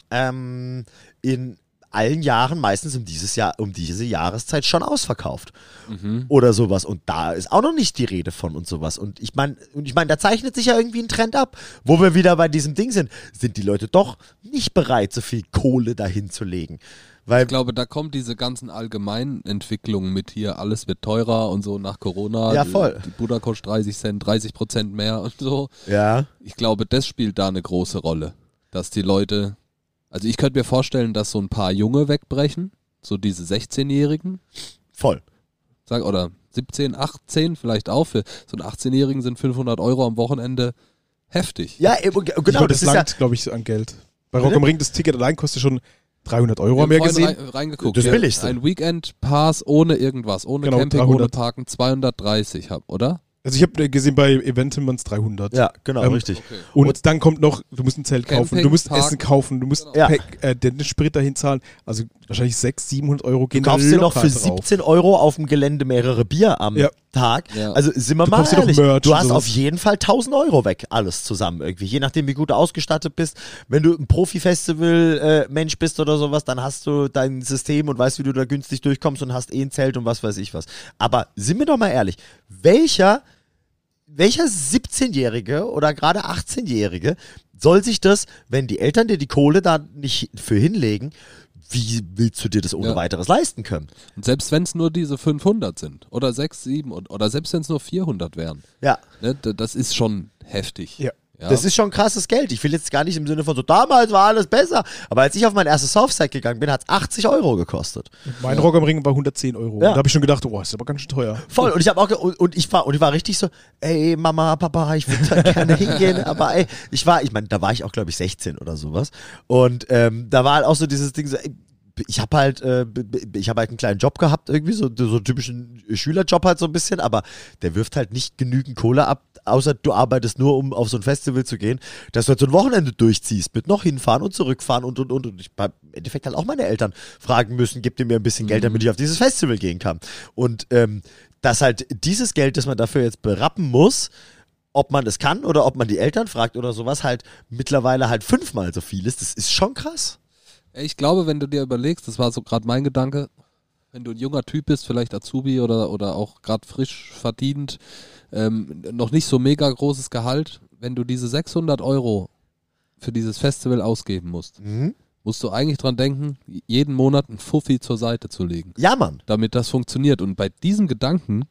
ähm, in allen Jahren meistens um dieses Jahr, um diese Jahreszeit schon ausverkauft. Oder sowas. Und da ist auch noch nicht die Rede von und sowas. Und ich meine, und ich meine, da zeichnet sich ja irgendwie ein Trend ab, wo wir wieder bei diesem Ding sind. Sind die Leute doch nicht bereit, so viel Kohle dahin zu legen? Weil Ich glaube, da kommen diese ganzen allgemeinen Entwicklungen mit hier, alles wird teurer und so nach Corona. Ja, voll. Die Buddha kostet dreißig Cent, dreißig Prozent mehr und so. ja, Ich glaube, das spielt da eine große Rolle. Dass die Leute, also ich könnte mir vorstellen, dass so ein paar Junge wegbrechen, so diese sechzehnjährigen, voll. sag, oder siebzehn, achtzehn vielleicht auch. Für so einen achtzehnjährigen sind fünfhundert Euro am Wochenende heftig. Ja, eben, Ich genau, glaube, das das ist ja, langt, glaube ich, an Geld. Bei Rock Bitte? am Ring, das Ticket allein kostet schon dreihundert Euro, Wir haben wir vorhin gesehen. Rein, reingeguckt. Das Ja, Billigste. Ein Weekend-Pass ohne irgendwas, ohne Genau, Camping, dreihundert. ohne Parken, zweihundertdreißig, hab, oder? Also ich habe gesehen bei Eventimans dreihundert. ja, genau, Ähm, richtig. Und, Und- dann kommt noch, du musst ein Zelt kaufen, Camping, du musst Parken. Essen kaufen, du musst Ja. Pack, äh, den Sprit dahin zahlen. Also wahrscheinlich sechshundert, siebenhundert Euro Du gehen kaufst da dir noch locker für drauf. siebzehn Euro auf dem Gelände mehrere Bier am Ja. Tag. Ja. Also sind wir Du mal kaufst dir noch ehrlich, Merch du und hast sowas. auf jeden Fall tausend Euro weg, alles zusammen irgendwie. Je nachdem, wie gut du ausgestattet bist. Wenn du ein Profi-Festival-Mensch bist oder sowas, dann hast du dein System und weißt, wie du da günstig durchkommst und hast eh ein Zelt und was weiß ich was. Aber sind wir doch mal ehrlich, welcher welcher siebzehnjährige oder gerade achtzehnjährige soll sich das, wenn die Eltern dir die Kohle da nicht für hinlegen, wie willst du dir das ohne Ja. weiteres leisten können? Und selbst wenn es nur diese fünfhundert sind oder sechs, sieben und, oder selbst wenn es nur vierhundert wären, Ja. ne, d- das ist schon heftig. Ja. Ja. Das ist schon krasses Geld. Ich will jetzt gar nicht im Sinne von so, damals war alles besser. Aber als ich auf mein erstes Southside gegangen bin, hat es achtzig Euro gekostet. Mein Rock am Ring war hundertzehn Euro. Ja. Da habe ich schon gedacht, oh, ist aber ganz schön teuer. Voll. Und ich habe auch ge- und, und ich war und ich war richtig so, ey Mama, Papa, ich würde da gerne hingehen. Aber ey, ich war, ich meine, da war ich auch glaube ich sechzehn oder sowas. Und ähm, da war halt auch so dieses Ding so, ey, ich habe halt, äh, ich habe halt einen kleinen Job gehabt, irgendwie, so, so einen typischen Schülerjob halt so ein bisschen, aber der wirft halt nicht genügend Kohle ab, außer du arbeitest nur, um auf so ein Festival zu gehen, dass du halt so ein Wochenende durchziehst, mit noch hinfahren und zurückfahren und, und, und. Und ich habe im Endeffekt halt auch meine Eltern fragen müssen, gebt ihr mir ein bisschen Geld, damit ich auf dieses Festival gehen kann. Und ähm, dass halt dieses Geld, das man dafür jetzt berappen muss, ob man es kann oder ob man die Eltern fragt oder sowas, halt mittlerweile halt fünfmal so viel ist, das ist schon krass. Ich glaube, wenn du dir überlegst, das war so gerade mein Gedanke, wenn du ein junger Typ bist, vielleicht Azubi oder, oder auch gerade frisch verdient, ähm, noch nicht so mega großes Gehalt, wenn du diese sechshundert Euro für dieses Festival ausgeben musst, Mhm. musst du eigentlich dran denken, jeden Monat einen Fuffi zur Seite zu legen, Ja, Mann. damit das funktioniert. Und bei diesem Gedanken,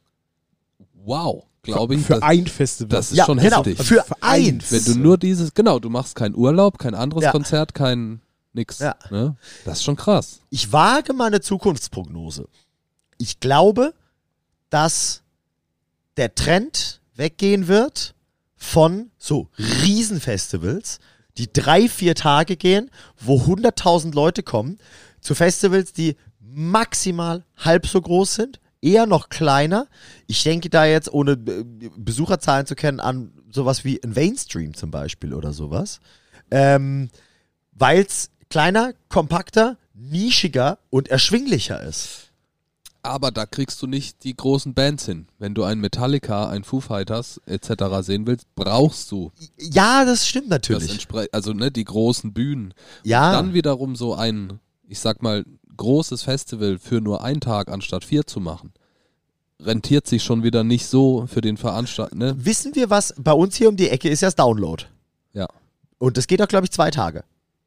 wow, glaube ich, Für das, ein Festival. das ist Ja, schon genau. heftig. Für Für eins. Wenn du nur dieses, genau, du machst keinen Urlaub, kein anderes Ja. Konzert, kein nix. Ja. Ne? Das ist schon krass. Ich wage mal eine Zukunftsprognose. Ich glaube, dass der Trend weggehen wird von so Riesenfestivals, die drei, vier Tage gehen, wo hunderttausend Leute kommen, zu Festivals, die maximal halb so groß sind, eher noch kleiner. Ich denke da jetzt, ohne äh, Besucherzahlen zu kennen, an sowas wie ein Mainstream zum Beispiel oder sowas. Ähm, weil es kleiner, kompakter, nischiger und erschwinglicher ist. Aber da kriegst du nicht die großen Bands hin. Wenn du ein Metallica, ein Foo Fighters et cetera sehen willst, brauchst du Ja, das stimmt das natürlich. entspre- also ne, die großen Bühnen. Ja. Und dann wiederum so ein, ich sag mal, großes Festival für nur einen Tag anstatt vier zu machen, rentiert sich schon wieder nicht so für den Veranstalter. Ne? Wissen wir, was bei uns hier um die Ecke ist, ja das Download. Ja, Und das geht auch, glaube ich, zwei Tage.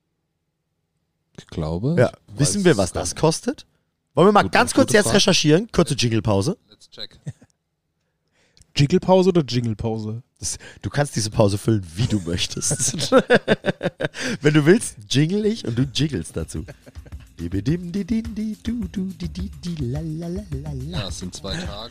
ich glaube. Ja. Ich Wissen weiß wir, es was gar das nicht. kostet? Wollen wir mal Gute- ganz kurz gute jetzt Frage. recherchieren? Kurze Jinglepause. Let's check. Jiggle-Pause oder Jingle-Pause? Das, du kannst diese Pause füllen, wie du möchtest. Wenn du willst, jingle ich und du jiggelst dazu. Ja, es sind zwei Tage.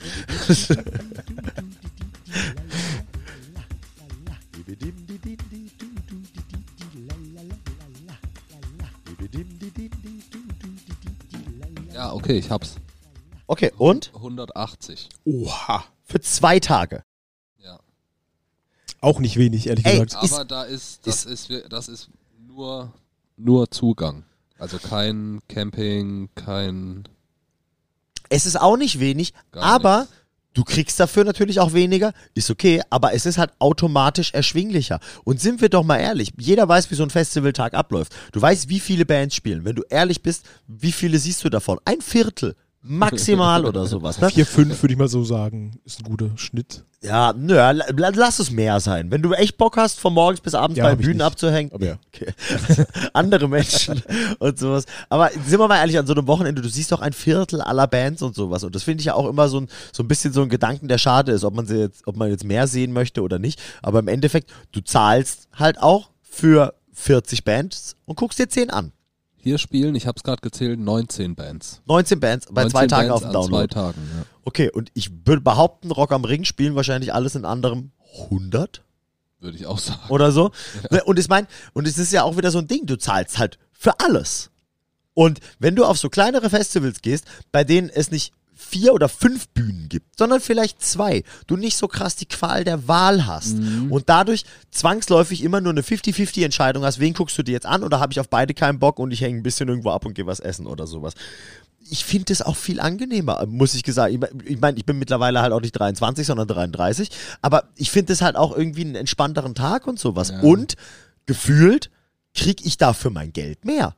Ja, okay, ich hab's. Okay, und? hundertachtzig. Oha. Für zwei Tage. Ja. Auch nicht wenig, ehrlich Ey, gesagt. Aber da ist, das ist, das ist nur, nur Zugang. Also kein Camping, kein. Es ist auch nicht wenig, Gar aber nichts. du kriegst dafür natürlich auch weniger. Ist okay, aber es ist halt automatisch erschwinglicher. Und sind wir doch mal ehrlich, jeder weiß, wie so ein Festivaltag abläuft. Du weißt, wie viele Bands spielen. Wenn du ehrlich bist, wie viele siehst du davon? Ein Viertel. Maximal oder sowas. Ne? vier, fünf würde ich mal so sagen, ist ein guter Schnitt. Ja, nö, la- la- lass es mehr sein. Wenn du echt Bock hast, von morgens bis abends Ja, bei hab ich Bühnen nicht. abzuhängen. Aber ja. Okay. Andere Menschen und sowas. Aber sind wir mal ehrlich, an so einem Wochenende, du siehst doch ein Viertel aller Bands und sowas. Und das finde ich ja auch immer so ein, so ein bisschen so ein Gedanken, der schade ist, ob man sie jetzt, ob man jetzt mehr sehen möchte oder nicht. Aber im Endeffekt, du zahlst halt auch für vierzig Bands und guckst dir zehn an. Hier spielen, ich hab's gerade gezählt, neunzehn Bands. neunzehn Bands bei zwei neunzehn Tagen Bands auf dem an Download. Zwei Tagen, ja. Okay, und ich würde behaupten, Rock am Ring spielen wahrscheinlich alles in anderem hundert Würde ich auch sagen. oder so. Und ich meine, und es ist ja auch wieder so ein Ding, du zahlst halt für alles. Und wenn du auf so kleinere Festivals gehst, bei denen es nicht vier oder fünf Bühnen gibt, sondern vielleicht zwei, du nicht so krass die Qual der Wahl hast und dadurch zwangsläufig immer nur eine fünfzig fünfzig Entscheidung hast, wen guckst du dir jetzt an oder habe ich auf beide keinen Bock und ich hänge ein bisschen irgendwo ab und gehe was essen oder sowas. Ich finde das auch viel angenehmer, muss ich gesagt. Ich meine, ich, mein, ich bin mittlerweile halt auch nicht dreiundzwanzig, sondern dreiunddreißig, aber ich finde das halt auch irgendwie einen entspannteren Tag und sowas. Ja. Und gefühlt kriege ich dafür mein Geld mehr.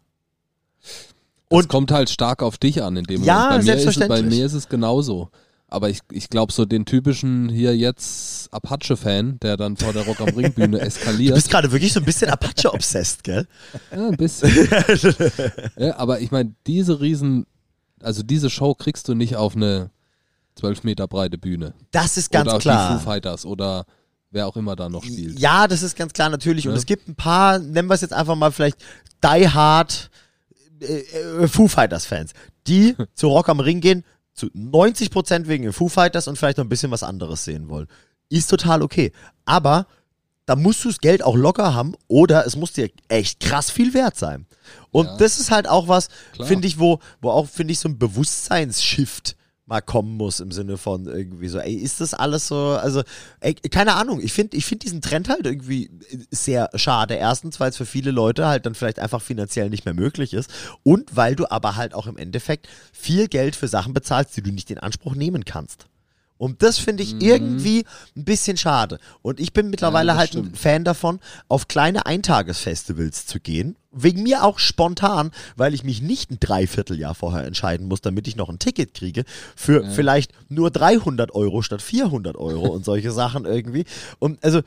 Und Und- kommt halt stark auf dich an in dem Ja, Moment. Bei mir, ist es, bei selbstverständlich. mir ist es genauso. Aber ich, ich glaube, so den typischen hier jetzt Apache-Fan, der dann vor der Rock am Ring-Bühne Du eskaliert. bist gerade wirklich so ein bisschen Apache-obsessed, gell? Ja, ein bisschen. Ja, aber ich meine, diese riesen, also diese Show kriegst du nicht auf eine zwölf Meter breite Bühne. Das ist ganz oder auf klar. die Foo Fighters oder wer auch immer da noch spielt. Ja, das ist ganz klar natürlich. Ja. Und es gibt ein paar, nennen wir es jetzt einfach mal vielleicht Die Hard äh, äh, Foo Fighters Fans, die zu Rock am Ring gehen, zu neunzig Prozent wegen den Foo Fighters und vielleicht noch ein bisschen was anderes sehen wollen. Ist total okay. Aber da musst du das Geld auch locker haben oder es muss dir echt krass viel wert sein. Und Ja. das ist halt auch was, Klar. finde ich, wo, wo auch, finde ich, so ein Bewusstseinsshift mal kommen muss im Sinne von irgendwie so, ey, ist das alles so, also, ey, keine Ahnung, ich finde ich find diesen Trend halt irgendwie sehr schade. Erstens, weil es für viele Leute halt dann vielleicht einfach finanziell nicht mehr möglich ist und weil du aber halt auch im Endeffekt viel Geld für Sachen bezahlst, die du nicht in Anspruch nehmen kannst. Und das finde ich Mhm. irgendwie ein bisschen schade. Und ich bin mittlerweile Ja, das halt ein stimmt. Fan davon, auf kleine Eintagesfestivals zu gehen. Wegen mir auch spontan, weil ich mich nicht ein Dreivierteljahr vorher entscheiden muss, damit ich noch ein Ticket kriege für Ja. vielleicht nur dreihundert Euro statt vierhundert Euro und solche Sachen irgendwie. Und also,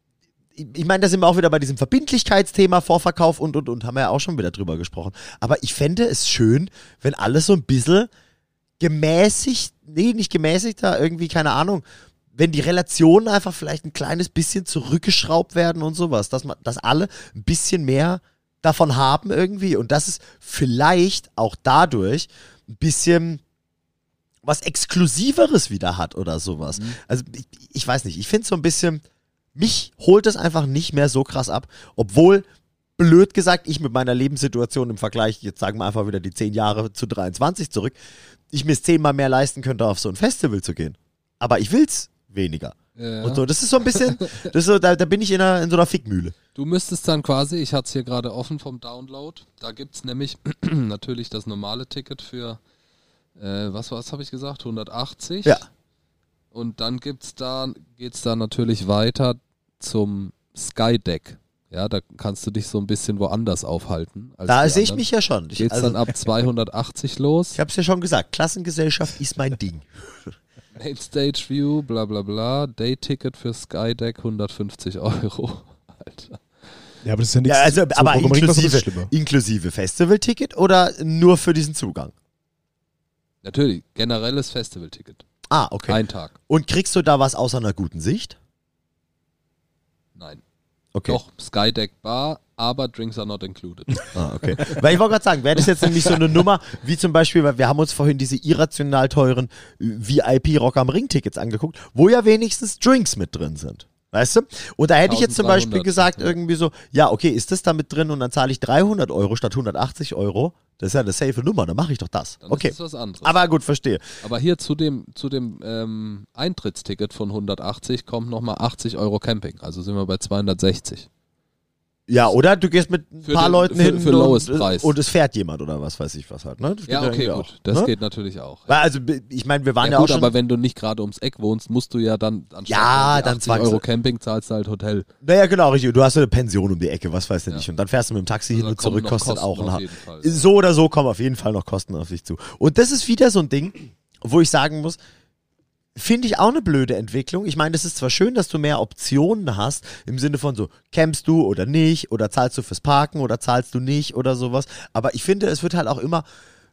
ich ich meine, da sind wir auch wieder bei diesem Verbindlichkeitsthema, Vorverkauf und, und, und, haben wir ja auch schon wieder drüber gesprochen. Aber ich fände es schön, wenn alles so ein bisschen gemäßigt, nee, nicht gemäßigter, irgendwie, keine Ahnung, wenn die Relationen einfach vielleicht ein kleines bisschen zurückgeschraubt werden und sowas, dass man, dass alle ein bisschen mehr davon haben irgendwie und dass es vielleicht auch dadurch ein bisschen was Exklusiveres wieder hat oder sowas. Mhm. Also ich, ich weiß nicht, ich finde so ein bisschen, mich holt es einfach nicht mehr so krass ab, obwohl, blöd gesagt, ich mit meiner Lebenssituation im Vergleich, jetzt sagen wir einfach wieder die zehn Jahre zu dreiundzwanzig zurück, ich mir es zehnmal mehr leisten könnte, auf so ein Festival zu gehen. Aber ich will's weniger. Ja. Und so, das ist so ein bisschen, das ist so, da, da bin ich in, einer, in so einer Fickmühle. Du müsstest dann quasi, ich hatte es hier gerade offen vom Download, da gibt es nämlich natürlich das normale Ticket für, äh, was, was habe ich gesagt, hundertachtzig. Ja. Und dann gibt's da, geht's da natürlich weiter zum Skydeck. Ja, da kannst du dich so ein bisschen woanders aufhalten. Als Da die sehe ich anderen. mich ja schon. Ich, Geht's also, dann ab zweihundertachtzig los. ich habe es ja schon gesagt, Klassengesellschaft ist mein Ding. Mainstage View, bla bla bla, Day-Ticket für Skydeck hundertfünfzig Euro. Alter. Ja, aber das ist ja nichts. Ja, also, zum aber Rock am Ring, was ist inklusive, schlimmer? inklusive Festivalticket oder nur für diesen Zugang? Natürlich, generelles Festivalticket. Ah, okay. Ein Tag. Und kriegst du da was aus einer guten Sicht? Nein. Okay. Doch, Skydeck Bar, aber Drinks are not included. Ah, okay. Weil ich wollte gerade sagen, wäre das jetzt nämlich so eine Nummer, wie zum Beispiel, weil wir haben uns vorhin diese irrational teuren V I P Rock am Ring Tickets angeguckt, wo ja wenigstens Drinks mit drin sind. Weißt du? Und da hätte ich jetzt zum Beispiel dreizehnhundert, gesagt, ja. irgendwie so, ja, okay, ist das da mit drin und dann zahle ich dreihundert Euro statt hundertachtzig Euro. Das ist ja eine safe Nummer, dann mache ich doch das. Dann Okay. ist das was anderes. Aber gut, verstehe. Aber hier zu dem, zu dem ähm, Eintrittsticket von hundertachtzig kommt nochmal achtzig Euro Camping. Also sind wir bei zweihundertsechzig. Ja, oder du gehst mit ein Für paar den- Leuten für- hin für lowest und, Preis. und es fährt jemand oder was weiß ich was halt. Ne? Das geht Ja, okay, irgendwie gut. auch, Das ne? geht natürlich auch. Weil, also, ich meine, wir waren ja, Ja, auch gut, schon. aber wenn du nicht gerade ums Eck wohnst, musst du ja dann anstatt Ja, irgendwie dann achtzig zwangs- Euro Camping zahlst du halt Hotel. Naja, genau, richtig. Du hast eine Pension um die Ecke, was weiß ich Ja. nicht. Und dann fährst du mit dem Taxi Also hin da und kommen zurück, noch kostet Kosten auch ein auf Haar. jeden Fall. So oder so kommen auf jeden Fall noch Kosten auf dich zu. Und das ist wieder so ein Ding, wo ich sagen muss, finde ich auch eine blöde Entwicklung. Ich meine, es ist zwar schön, dass du mehr Optionen hast, im Sinne von so, campst du oder nicht, oder zahlst du fürs Parken oder zahlst du nicht oder sowas. Aber ich finde, es wird halt auch immer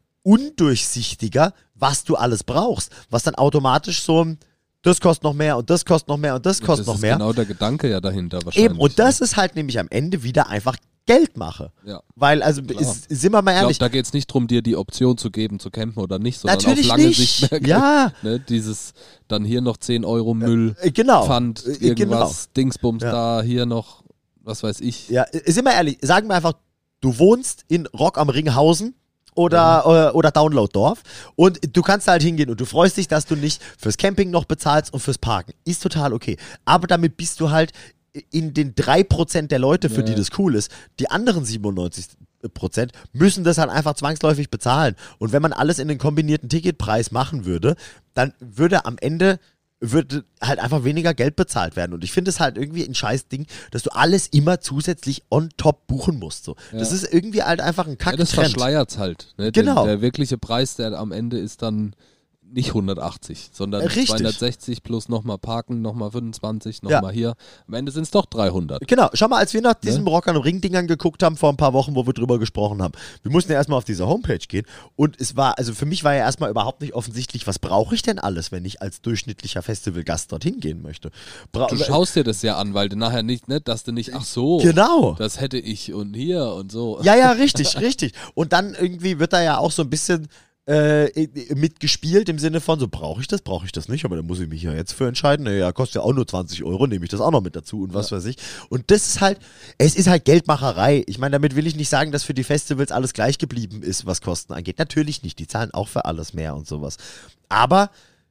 undurchsichtiger, was du alles brauchst. Was dann automatisch so, das kostet noch mehr und das kostet noch mehr und das kostet das noch ist mehr. genau der Gedanke ja dahinter wahrscheinlich. Eben, und das ist halt nämlich am Ende wieder einfach Geldmache. Ja. Weil, also, Klar. ist, sind wir mal Ich glaube, ehrlich, da geht es nicht darum, dir die Option zu geben, zu campen oder nicht, sondern natürlich auf lange nicht. Sicht mehr Geld. Ja, Ne, dieses, dann hier noch zehn Euro Müll, äh, genau. Pfand, Äh, irgendwas, genau. Dingsbums Ja. da, hier noch, was weiß ich. Ja, äh, sind wir ehrlich, sagen wir einfach, du wohnst in Rock am Ringhausen oder, äh, oder Downloaddorf und du kannst halt hingehen und du freust dich, dass du nicht fürs Camping noch bezahlst und fürs Parken. Ist total okay. Aber damit bist du halt in den drei Prozent der Leute, für Ja. die das cool ist. Die anderen siebenundneunzig Prozent müssen das halt einfach zwangsläufig bezahlen. Und wenn man alles in den kombinierten Ticketpreis machen würde, dann würde am Ende würde halt einfach weniger Geld bezahlt werden. Und ich finde es halt irgendwie ein scheiß Ding, dass du alles immer zusätzlich on top buchen musst. So. Ja. Das ist irgendwie halt einfach ein Ja, Kack-Trend. das verschleiert halt. Ne? Genau. Der, der wirkliche Preis, der am Ende ist dann nicht hundertachtzig, sondern Richtig. zweihundertsechzig plus nochmal parken, nochmal fünfundzwanzig, nochmal Ja. hier. Am Ende sind es doch dreihundert. Genau, schau mal, als wir nach diesen Ne? Rock am Ring-Dingern geguckt haben vor ein paar Wochen, wo wir drüber gesprochen haben, wir mussten ja erstmal auf diese Homepage gehen und es war, also für mich war ja erstmal überhaupt nicht offensichtlich, was brauche ich denn alles, wenn ich als durchschnittlicher Festivalgast dorthin gehen möchte. Bra Du schaust dir das ja an, weil du nachher nicht, ne, dass du nicht, ach so, Genau. das hätte ich und hier und so. Ja, ja, richtig, richtig. Und dann irgendwie wird da ja auch so ein bisschen äh, mitgespielt im Sinne von, so brauche ich das, brauche ich das nicht, aber da muss ich mich ja jetzt für entscheiden. Naja, kostet ja auch nur zwanzig Euro, nehme ich das auch noch mit dazu und was Ja. weiß ich. Und das ist halt, es ist halt Geldmacherei. Ich meine, damit will ich nicht sagen, dass für die Festivals alles gleich geblieben ist, was Kosten angeht. Natürlich nicht, die zahlen auch für alles mehr und sowas. Aber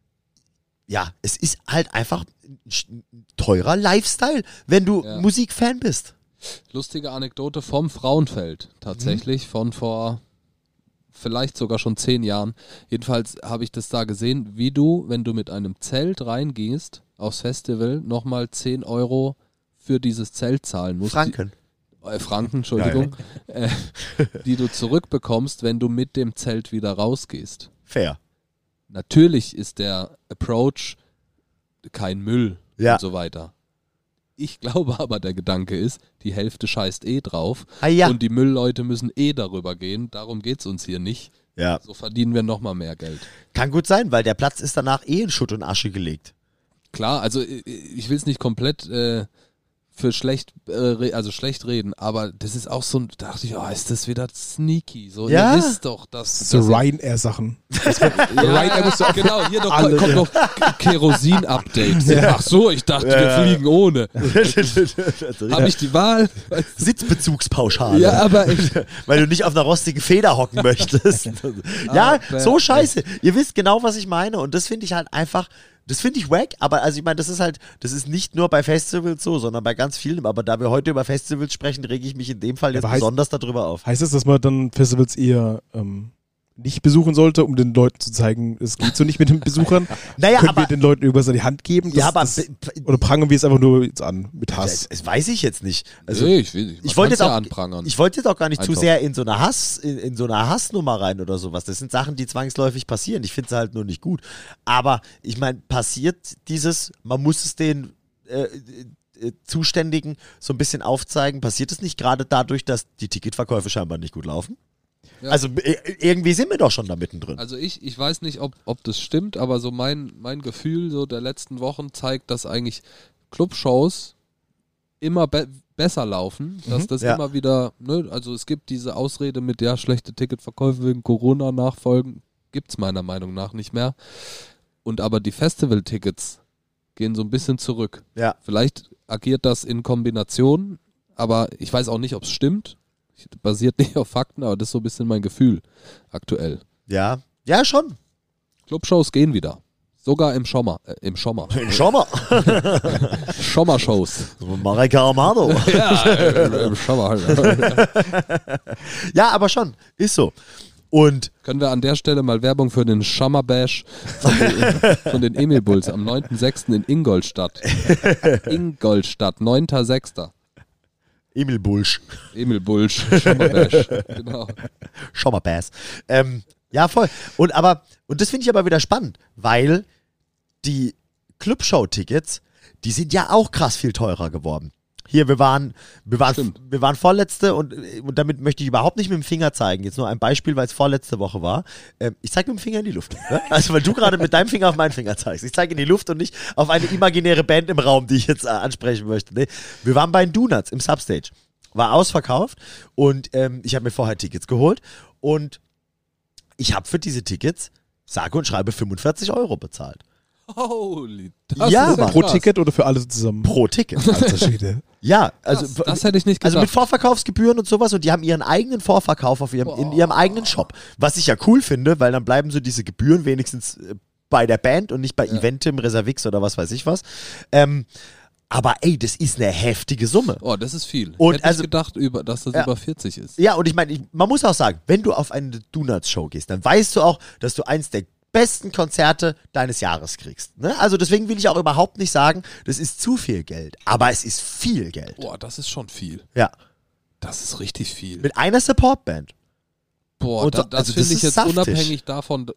ja, es ist halt einfach ein sch- teurer Lifestyle, wenn du Ja. Musikfan bist. Lustige Anekdote vom Frauenfeld, tatsächlich, von vor vielleicht sogar schon zehn Jahren. Jedenfalls habe ich das da gesehen, wie du, wenn du mit einem Zelt reingehst aufs Festival, nochmal zehn Euro für dieses Zelt zahlen musst. Franken. Die, äh, Franken, Entschuldigung. Äh, die du zurückbekommst, wenn du mit dem Zelt wieder rausgehst. Fair. Natürlich ist der Approach kein Müll Ja. und so weiter. Ich glaube aber, der Gedanke ist, die Hälfte scheißt eh drauf Ah ja. und die Müllleute müssen eh darüber gehen. Darum geht es uns hier nicht. Ja. So verdienen wir nochmal mehr Geld. Kann gut sein, weil der Platz ist danach eh in Schutt und Asche gelegt. Klar, also äh, ich will es nicht komplett äh, für schlecht, äh, re- also schlecht reden, aber das ist auch so ein, da dachte ich, oh, ist das wieder sneaky. So, Ja. ihr wisst doch, dass So dass- Ryanair-Sachen. Ja, Ryanair musst du auch genau, hier doch, Alle. kommt noch Kerosin-Update. Ach so, ich dachte, Ja, wir ja. fliegen ohne. Also, Habe ich die Wahl? Sitzbezugspauschale. Ja, aber ich, Weil du nicht auf einer rostigen Feder hocken möchtest. ja, Aber- so scheiße. Ihr wisst genau, was ich meine. Und das finde ich halt einfach, das finde ich wack. Aber also ich meine, das ist halt, das ist nicht nur bei Festivals so, sondern bei ganz vielen. Aber da wir heute über Festivals sprechen, rege ich mich in dem Fall jetzt Aber heißt- besonders darüber auf. Heißt das, dass man dann Festivals eher ähm, nicht besuchen sollte, um den Leuten zu zeigen, es geht so nicht mit den Besuchern? Naja, Können aber- wir den Leuten irgendwas an die Hand geben? Ja, aber das, oder prangern wir es einfach nur jetzt an mit Hass? das weiß ich jetzt nicht. Also, nee, ich, will, Ich wollte jetzt ja auch, anprangern. ich wollte jetzt auch gar nicht zu Einfach. sehr in so eine Hass, in, in so eine Hassnummer rein oder sowas. Das sind Sachen, die zwangsläufig passieren. Ich finde es halt nur nicht gut. Aber ich meine, passiert dieses, man muss es den äh, äh, Zuständigen so ein bisschen aufzeigen, passiert es nicht gerade dadurch, dass die Ticketverkäufe scheinbar nicht gut laufen? Ja. Also äh, irgendwie sind wir doch schon da mittendrin. Also ich, ich weiß nicht, ob, ob das stimmt, aber so mein, mein Gefühl so der letzten Wochen zeigt, dass eigentlich Clubshows immer be besser laufen, dass das ja. immer wieder, ne, also es gibt diese Ausrede mit, ja, schlechte Ticketverkäufe wegen Corona nachfolgen, gibt es meiner Meinung nach nicht mehr. Und aber die Festival-Tickets gehen so ein bisschen zurück. Ja. Vielleicht agiert das in Kombination, aber ich weiß auch nicht, ob es stimmt. Basiert nicht auf Fakten, aber das ist so ein bisschen mein Gefühl aktuell. Ja, ja schon. Clubshows gehen wieder. Sogar im Schommer. Äh, Im Schommer. Schau mal. Schommer-Shows. Marika Armado. Ja, äh, im Schommer halt. Ja, aber schon. Ist so. Und Können wir an der Stelle mal Werbung für den Schommer Bash von den, von den Emil Bulls am neunten sechsten in Ingolstadt. Ingolstadt, neunter sechster Emil Bulsch. Emil Bulsch, Schommer Bash. Genau. Schau mal, Bass. Ähm, ja, voll. Und aber, und das finde ich aber wieder spannend, weil die Clubshow-Tickets, die sind ja auch krass viel teurer geworden. Hier, wir waren, wir waren, Stimmt. wir waren vorletzte und, und damit möchte ich überhaupt nicht mit dem Finger zeigen. Jetzt nur ein Beispiel, weil es vorletzte Woche war. Ähm, ich zeige mit dem Finger in die Luft. Ne? Also, weil du gerade mit deinem Finger auf meinen Finger zeigst. Ich zeige in die Luft und nicht auf eine imaginäre Band im Raum, die ich jetzt äh, ansprechen möchte. Nee. Wir waren bei den Donuts im Substage. War ausverkauft und ähm, ich habe mir vorher Tickets geholt und ich habe für diese Tickets sage und schreibe fünfundvierzig Euro bezahlt. Holy, Ja, ist Mann. Pro krass. Ticket oder für alle zusammen? Pro Ticket. Alter Schwede. Ja, also, Das, das hätte ich nicht also gedacht. mit Vorverkaufsgebühren und sowas und die haben ihren eigenen Vorverkauf auf ihrem, in ihrem eigenen Shop. Was ich ja cool finde, weil dann bleiben so diese Gebühren wenigstens äh, bei der Band und nicht bei Eventim, Reservix oder was weiß ich was. Ähm, aber ey, das ist eine heftige Summe. Oh, das ist viel. Und Hätte also- ich gedacht, über, dass das Ja. über vierzig ist. Ja, und ich meine, ich, man muss auch sagen, wenn du auf eine Donuts-Show gehst, dann weißt du auch, dass du eins der besten Konzerte deines Jahres kriegst. Ne? Also deswegen will ich auch überhaupt nicht sagen, das ist zu viel Geld. Aber es ist viel Geld. Boah, das ist schon viel. Ja. Das ist richtig viel. Mit einer Supportband. Boah, Und da, so- das also finde das ich ist jetzt saftig. unabhängig davon,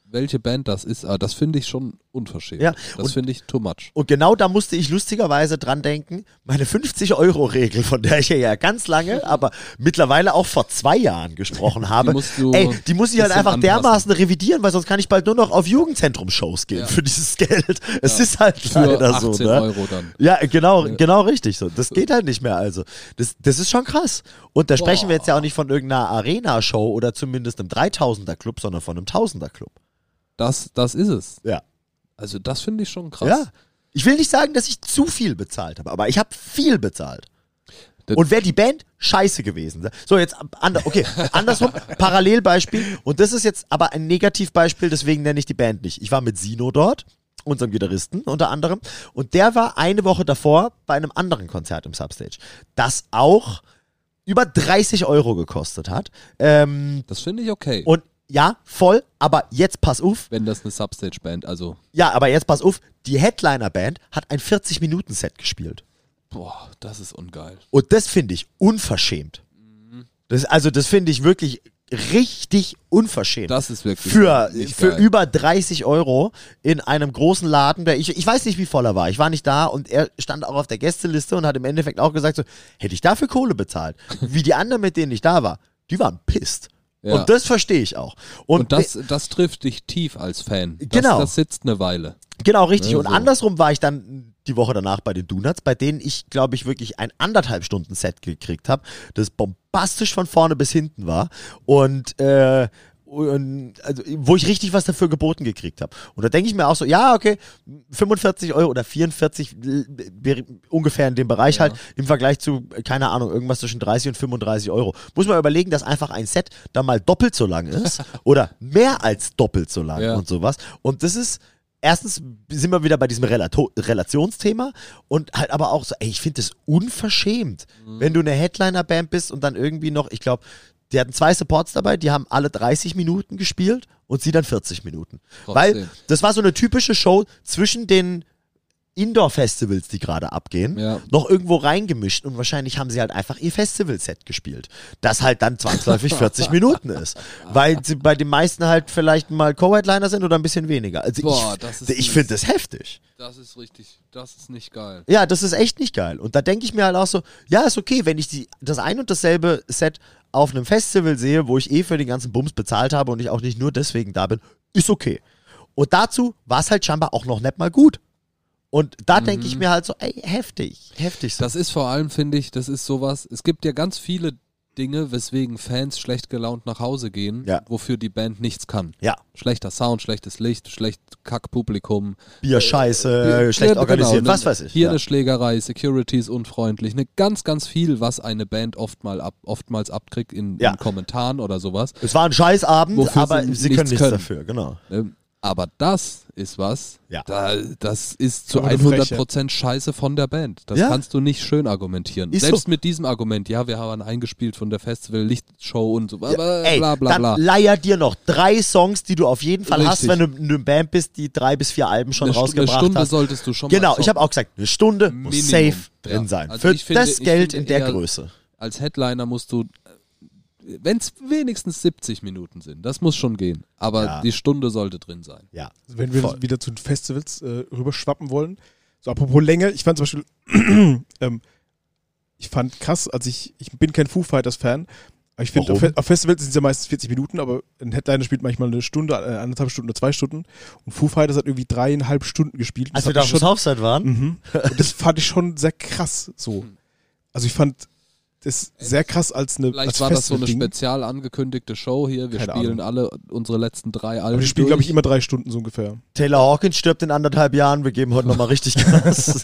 welche Band das ist, aber das finde ich schon unverschämt. Ja, das finde ich too much. Und genau da musste ich lustigerweise dran denken, meine fünfzig-Euro-Regel, von der ich ja ganz lange, aber mittlerweile auch vor zwei Jahren gesprochen habe, Die musst du ey, die muss ich halt bisschen einfach anpassen. dermaßen revidieren, weil sonst kann ich bald nur noch auf Jugendzentrum-Shows gehen Ja. für dieses Geld. Es Ja. ist halt Für leider so, achtzehn ne? Euro dann. Ja, genau, Ja. genau richtig so. Das geht halt nicht mehr also. Das, das ist schon krass. Und da sprechen Boah. wir jetzt ja auch nicht von irgendeiner Arena-Show oder zumindest einem dreitausender-Club, sondern von einem Tausender-Club. Das, das ist es. Ja. Also das finde ich schon krass. Ja. Ich will nicht sagen, dass ich zu viel bezahlt habe, aber ich habe viel bezahlt. Das- Und wäre die Band scheiße gewesen. So, jetzt, ander, okay, andersrum, Parallelbeispiel. Und das ist jetzt aber ein Negativbeispiel, deswegen nenne ich die Band nicht. Ich war mit Sino dort, unserem Gitarristen unter anderem. Und der war eine Woche davor bei einem anderen Konzert im Substage, das auch über dreißig Euro gekostet hat. Ähm, Das finde ich okay. und ja, voll, aber jetzt pass auf. wenn das eine Substage-Band, also Ja, aber jetzt pass auf, die Headliner-Band hat ein vierzig-Minuten-Set gespielt. boah, das ist ungeil. Und das finde ich unverschämt. Das, also das finde ich wirklich richtig unverschämt. Das ist wirklich für, nicht für geil. über dreißig Euro in einem großen Laden, der ich, ich weiß nicht, wie voll er war. Ich war nicht da und er stand auch auf der Gästeliste und hat im Endeffekt auch gesagt, so, hätte ich dafür Kohle bezahlt, wie die anderen, mit denen ich da war, die waren pisst. Ja. Und das verstehe ich auch. Und, Und das, das trifft dich tief als Fan. Das, Genau. Das sitzt eine Weile. Genau, richtig. Ja, und so. andersrum war ich dann die Woche danach bei den Donuts, bei denen ich, glaube ich, wirklich ein anderthalb Stunden Set gekriegt habe, das bombastisch von vorne bis hinten war und, äh, und also, wo ich richtig was dafür geboten gekriegt habe. Und da denke ich mir auch so, ja, okay, fünfundvierzig Euro oder vierundvierzig wäre ungefähr in dem Bereich Ja. halt im Vergleich zu, keine Ahnung, irgendwas zwischen dreißig und fünfunddreißig Euro. Muss man überlegen, dass einfach ein Set da mal doppelt so lang ist oder mehr als doppelt so lang Ja. und sowas. Und das ist erstens sind wir wieder bei diesem Relato- Relationsthema und halt aber auch so, ey, ich finde das unverschämt, Mhm. wenn du eine Headliner-Band bist und dann irgendwie noch, ich glaube, die hatten zwei Supports dabei, die haben alle dreißig Minuten gespielt und sie dann vierzig Minuten. Trotzdem. Weil das war so eine typische Show zwischen den Indoor-Festivals, die gerade abgehen, Ja. noch irgendwo reingemischt und wahrscheinlich haben sie halt einfach ihr Festival-Set gespielt, das halt dann zwangsläufig vierzig Minuten ist, weil sie bei den meisten halt vielleicht mal Co-Headliner sind oder ein bisschen weniger. Also Boah, ich, das ist ich mies. finde das heftig. Das ist richtig, das ist nicht geil. Ja, das ist echt nicht geil. Und da denke ich mir halt auch so, ja, ist okay, wenn ich die, das ein und dasselbe Set auf einem Festival sehe, wo ich eh für den ganzen Bums bezahlt habe und ich auch nicht nur deswegen da bin, ist okay. Und dazu war es halt scheinbar auch noch nicht mal gut. Und da denke ich mir halt so, ey, heftig, heftig so. Das ist vor allem, finde ich, das ist sowas, es gibt ja ganz viele Dinge, weswegen Fans schlecht gelaunt nach Hause gehen, Ja. wofür die Band nichts kann. Ja. Schlechter Sound, schlechtes Licht, schlecht Kackpublikum. Bier scheiße, Ja, schlecht genau, organisiert, ne? was weiß ich. Hier ja. eine Schlägerei, Security ist unfreundlich, ne, ganz, ganz viel, was eine Band oft mal ab, oftmals abkriegt in, Ja. in Kommentaren oder sowas. Es war ein Scheißabend, Wofür aber sie sie nichts können nichts können. dafür, genau. Ne? Aber das ist was, Ja. da, das ist zu Kann man hundert Prozent Scheiße von der Band. Das Ja. kannst du nicht schön argumentieren. Ist Selbst so. mit diesem Argument, ja, wir haben eingespielt von der Festival, Lichtshow und so, Ja, bla ey, bla bla. dann bla. leier dir noch drei Songs, die du auf jeden Fall hast, Richtig. wenn du eine Band bist, die drei bis vier Alben schon Eine, Stu- eine rausgebracht Stunde hast. solltest du schon Genau, mal ich habe auch gesagt, eine Stunde muss Minimum. safe drin Ja. sein. Also Für ich finde- das ich Geld finde in der eher- Größe. als Headliner musst du, wenn es wenigstens siebzig Minuten sind, das muss schon gehen. Aber Ja. die Stunde sollte drin sein. Ja. Also wenn wir Voll. wieder zu den Festivals äh, rüberschwappen wollen. So apropos Länge, ich fand zum Beispiel, ähm, ich fand krass, als ich, ich bin kein Foo Fighters Fan, aber ich finde, auf, Warum? Fe- auf Festivals sind es ja meistens vierzig Minuten, aber ein Headliner spielt manchmal eine Stunde, äh, anderthalb Stunden oder zwei Stunden und Foo Fighters hat irgendwie dreieinhalb Stunden gespielt. Als Das wir da fand auf ich der Southside waren, Mhm. Und das fand ich schon sehr krass so. Also ich fand das sehr krass als eine Vielleicht als war das so eine Festival-Ding. spezial angekündigte Show hier. Wir Keine spielen alle unsere letzten drei Alben. Aber die spielen, glaube ich, durch. immer drei Stunden so ungefähr. Taylor Hawkins stirbt in anderthalb Jahren, wir geben heute nochmal richtig Gas.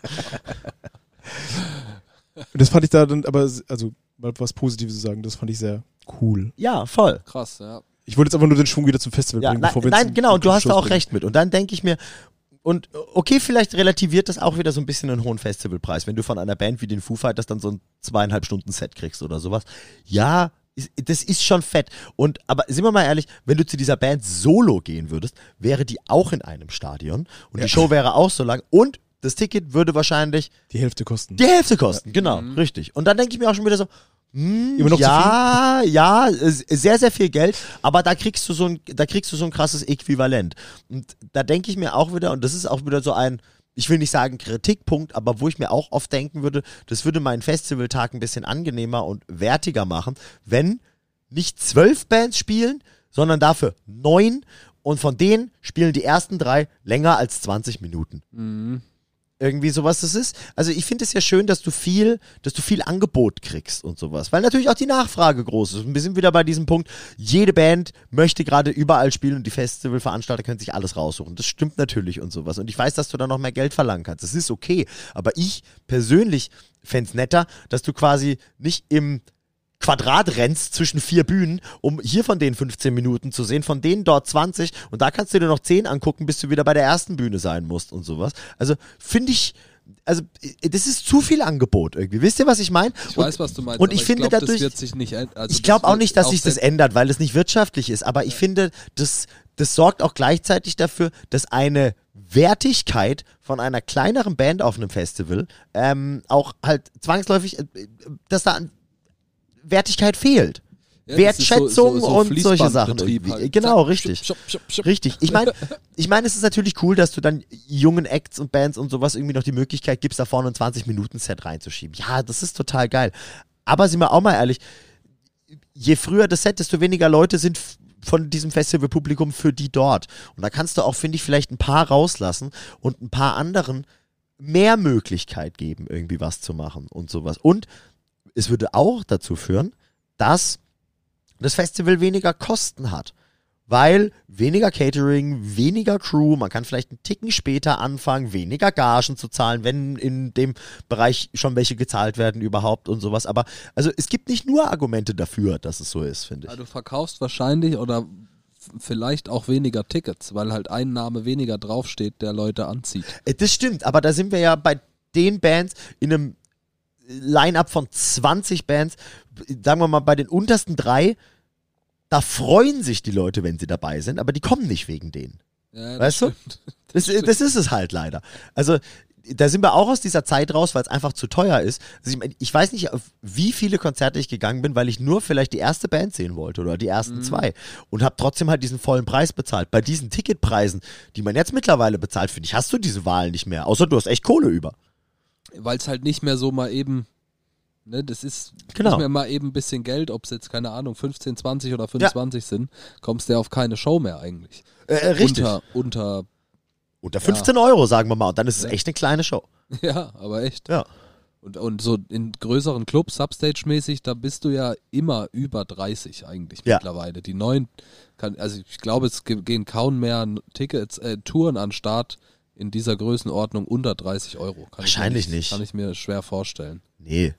Und das fand ich da dann, aber, also, mal was Positives zu sagen, das fand ich sehr cool. Ja, voll. Krass, ja. Ich wollte jetzt einfach nur den Schwung wieder zum Festival Ja, bringen, nein, bevor wir nein zum- genau, zum und du hast da Schluss auch bringen. recht mit. Und dann denke ich mir, und okay, vielleicht relativiert das auch wieder so ein bisschen einen hohen Festivalpreis, wenn du von einer Band wie den Foo Fighters dann so ein zweieinhalb Stunden Set kriegst oder sowas. Ja, ist- das ist schon fett. Und aber sind wir mal ehrlich, wenn du zu dieser Band solo gehen würdest, wäre die auch in einem Stadion und Ja. die Show wäre auch so lang und das Ticket würde wahrscheinlich Die Hälfte kosten. die Hälfte kosten. Genau, richtig. Und dann denke ich mir auch schon wieder so, Hm, Immer noch ja, ja, sehr, sehr viel Geld, aber da kriegst du so ein, da kriegst du so ein krasses Äquivalent. Und da denke ich mir auch wieder, und das ist auch wieder so ein, ich will nicht sagen Kritikpunkt, aber wo ich mir auch oft denken würde, das würde meinen Festivaltag ein bisschen angenehmer und wertiger machen, wenn nicht zwölf Bands spielen, sondern dafür neun und von denen spielen die ersten drei länger als zwanzig Minuten. Mhm. Irgendwie sowas das ist. Also ich finde es ja schön, dass du viel, dass du viel Angebot kriegst und sowas. Weil natürlich auch die Nachfrage groß ist. Und wir sind wieder bei diesem Punkt, jede Band möchte gerade überall spielen und die Festivalveranstalter können sich alles raussuchen. Das stimmt natürlich und sowas. Und ich weiß, dass du da noch mehr Geld verlangen kannst. Das ist okay. Aber ich persönlich fände es netter, dass du quasi nicht im Quadrat rennst zwischen vier Bühnen, um hier von denen fünfzehn Minuten zu sehen, von denen dort zwanzig und da kannst du dir noch zehn angucken, bis du wieder bei der ersten Bühne sein musst und sowas. Also finde ich, also das ist zu viel Angebot irgendwie. Wisst ihr, was ich meine? Ich weiß, was du meinst. Und ich, ich finde glaub, dadurch, das wird sich nicht, also ich glaube auch nicht, dass auch sich das ändert, weil es nicht wirtschaftlich ist, aber ich finde, das, das sorgt auch gleichzeitig dafür, dass eine Wertigkeit von einer kleineren Band auf einem Festival ähm, auch halt zwangsläufig, äh, dass da ein Wertigkeit fehlt. Ja, Wertschätzung so, so, so und solche Sachen. Halt. Genau, Zack, richtig. Schub, schub, schub, schub. Richtig. Ich meine, ich mein, es ist natürlich cool, dass du dann jungen Acts und Bands und sowas irgendwie noch die Möglichkeit gibst, da vorne ein zwanzig-Minuten-Set reinzuschieben. Ja, das ist total geil. Aber sind wir auch mal ehrlich, je früher das Set, desto weniger Leute sind von diesem Festivalpublikum für die dort. Und da kannst du auch, finde ich, vielleicht ein paar rauslassen und ein paar anderen mehr Möglichkeit geben, irgendwie was zu machen und sowas. Und es würde auch dazu führen, dass das Festival weniger Kosten hat. Weil weniger Catering, weniger Crew, man kann vielleicht einen Ticken später anfangen, weniger Gagen zu zahlen, wenn in dem Bereich schon welche gezahlt werden überhaupt und sowas. Aber also es gibt nicht nur Argumente dafür, dass es so ist, finde ich. Ja, du verkaufst wahrscheinlich oder vielleicht auch weniger Tickets, weil halt ein Name weniger draufsteht, der Leute anzieht. Das stimmt, aber da sind wir ja bei den Bands in einem Line-Up von zwanzig Bands, sagen wir mal bei den untersten drei, da freuen sich die Leute, wenn sie dabei sind, aber die kommen nicht wegen denen. Ja, das weißt stimmt. du? Das, das, das ist es halt leider. Also da sind wir auch aus dieser Zeit raus, weil es einfach zu teuer ist. Also ich, mein, ich weiß nicht, auf wie viele Konzerte ich gegangen bin, weil ich nur vielleicht die erste Band sehen wollte oder die ersten mhm. zwei und habe trotzdem halt diesen vollen Preis bezahlt. Bei diesen Ticketpreisen, die man jetzt mittlerweile bezahlt, finde ich, hast du diese Wahl nicht mehr, außer du hast echt Kohle über. Weil es halt nicht mehr so mal eben, ne, das ist genau. nicht mehr mal eben ein bisschen Geld, ob es jetzt, keine Ahnung, fünfzehn, zwanzig oder fünfundzwanzig ja. sind, kommst du ja auf keine Show mehr eigentlich. Äh, richtig. Unter, unter, unter fünfzehn ja. Euro, sagen wir mal, und dann ist es ja. echt eine kleine Show. Ja, aber echt. Ja. Und, und so in größeren Clubs, Substage-mäßig, da bist du ja immer über dreißig eigentlich ja. mittlerweile. Die neuen, kann, also ich glaube, es gehen kaum mehr Tickets, äh, Touren an Start in dieser Größenordnung unter dreißig Euro. Kann Wahrscheinlich ich nicht, nicht. Kann ich mir schwer vorstellen. Nee.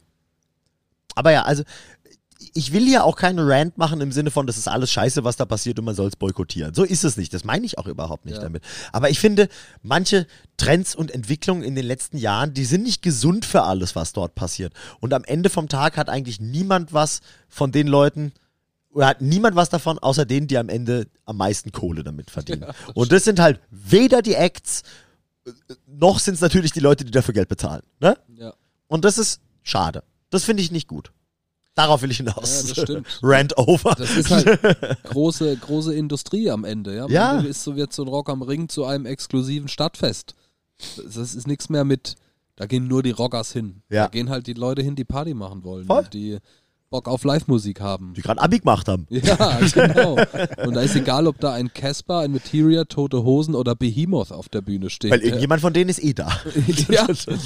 Aber ja, also ich will hier auch keinen Rant machen im Sinne von, das ist alles scheiße, was da passiert und man soll es boykottieren. So ist es nicht. Das meine ich auch überhaupt nicht ja. damit. Aber ich finde, manche Trends und Entwicklungen in den letzten Jahren, die sind nicht gesund für alles, was dort passiert. Und am Ende vom Tag hat eigentlich niemand was von den Leuten, oder hat niemand was davon, außer denen, die am Ende am meisten Kohle damit verdienen. Ja, das und das sind halt weder die Acts, noch sind es natürlich die Leute, die dafür Geld bezahlen. Ne? Ja. Und das ist schade. Das finde ich nicht gut. Darauf will ich hinaus. Ja, das stimmt. Rant over. Das ist halt große, große Industrie am Ende. Ja? Am ja. Ende ist so, wird so ein Rock am Ring zu einem exklusiven Stadtfest. Das ist nichts mehr mit, da gehen nur die Rockers hin. Ja. Da gehen halt die Leute hin, die Party machen wollen. Voll. Die Bock auf Live-Musik haben. Die gerade Abi gemacht haben. Ja, genau. Und da ist egal, ob da ein Casper, ein Materia, Tote Hosen oder Behemoth auf der Bühne steht. Weil irgendjemand von denen ist eh da. Ja.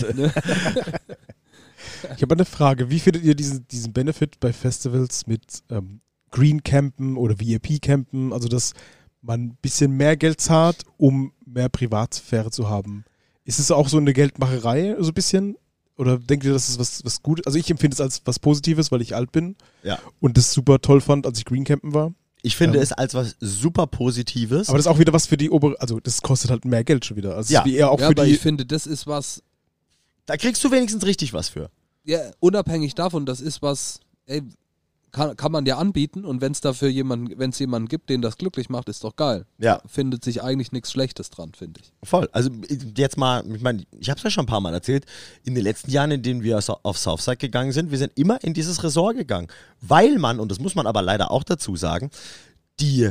Ich habe eine Frage. Wie findet ihr diesen, diesen Benefit bei Festivals mit ähm, Green Campen oder V I P Campen? Also, dass man ein bisschen mehr Geld zahlt, um mehr Privatsphäre zu haben. Ist es auch so eine Geldmacherei, so ein bisschen? Oder denkt ihr, das ist was, was Gutes? Also ich empfinde es als was Positives, weil ich alt bin ja. und das super toll fand, als ich Green Campen war. Ich finde ähm, es als was super Positives. Aber das ist auch wieder was für die obere, also das kostet halt mehr Geld schon wieder. Also ja, wie eher auch ja für aber die, ich finde, das ist was... Da kriegst du wenigstens richtig was für. Ja, unabhängig davon, das ist was... Ey, kann, kann man ja anbieten und wenn es dafür jemanden, wenn es jemanden gibt, den das glücklich macht, ist doch geil. Ja. Findet sich eigentlich nichts Schlechtes dran, finde ich. Voll. Also jetzt mal, ich meine, ich habe es ja schon ein paar Mal erzählt, in den letzten Jahren, in denen wir auf Southside gegangen sind, wir sind immer in dieses Resort gegangen, weil man, und das muss man aber leider auch dazu sagen, die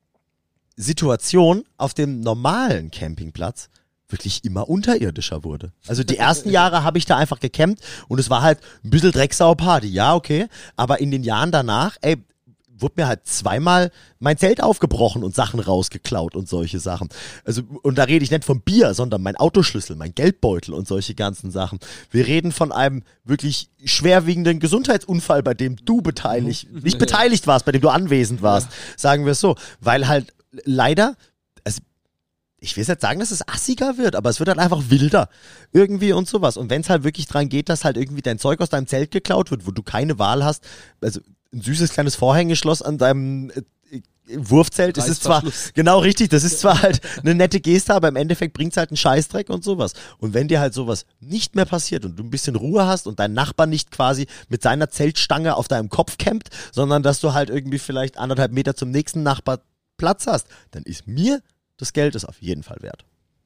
Situation auf dem normalen Campingplatz wirklich immer unterirdischer wurde. Also die ersten Jahre habe ich da einfach gecampt und es war halt ein bisschen Drecksau-Party, ja, okay, aber in den Jahren danach, ey, wurde mir halt zweimal mein Zelt aufgebrochen und Sachen rausgeklaut und solche Sachen. Also, und da rede ich nicht vom Bier, sondern mein Autoschlüssel, mein Geldbeutel und solche ganzen Sachen. Wir reden von einem wirklich schwerwiegenden Gesundheitsunfall, bei dem du beteiligt, nicht beteiligt warst, bei dem du anwesend warst, sagen wir es so. Weil halt leider, also ich will jetzt sagen, dass es assiger wird, aber es wird halt einfach wilder. Irgendwie und sowas. Und wenn es halt wirklich dran geht, dass halt irgendwie dein Zeug aus deinem Zelt geklaut wird, wo du keine Wahl hast, also ein süßes kleines Vorhängeschloss an deinem äh, Wurfzelt, das ist zwar, genau richtig, das ist zwar halt eine nette Geste, aber im Endeffekt bringt es halt einen Scheißdreck und sowas. Und wenn dir halt sowas nicht mehr passiert und du ein bisschen Ruhe hast und dein Nachbar nicht quasi mit seiner Zeltstange auf deinem Kopf campt, sondern dass du halt irgendwie vielleicht anderthalb Meter zum nächsten Nachbar Platz hast, dann ist mir das Geld ist auf jeden Fall wert.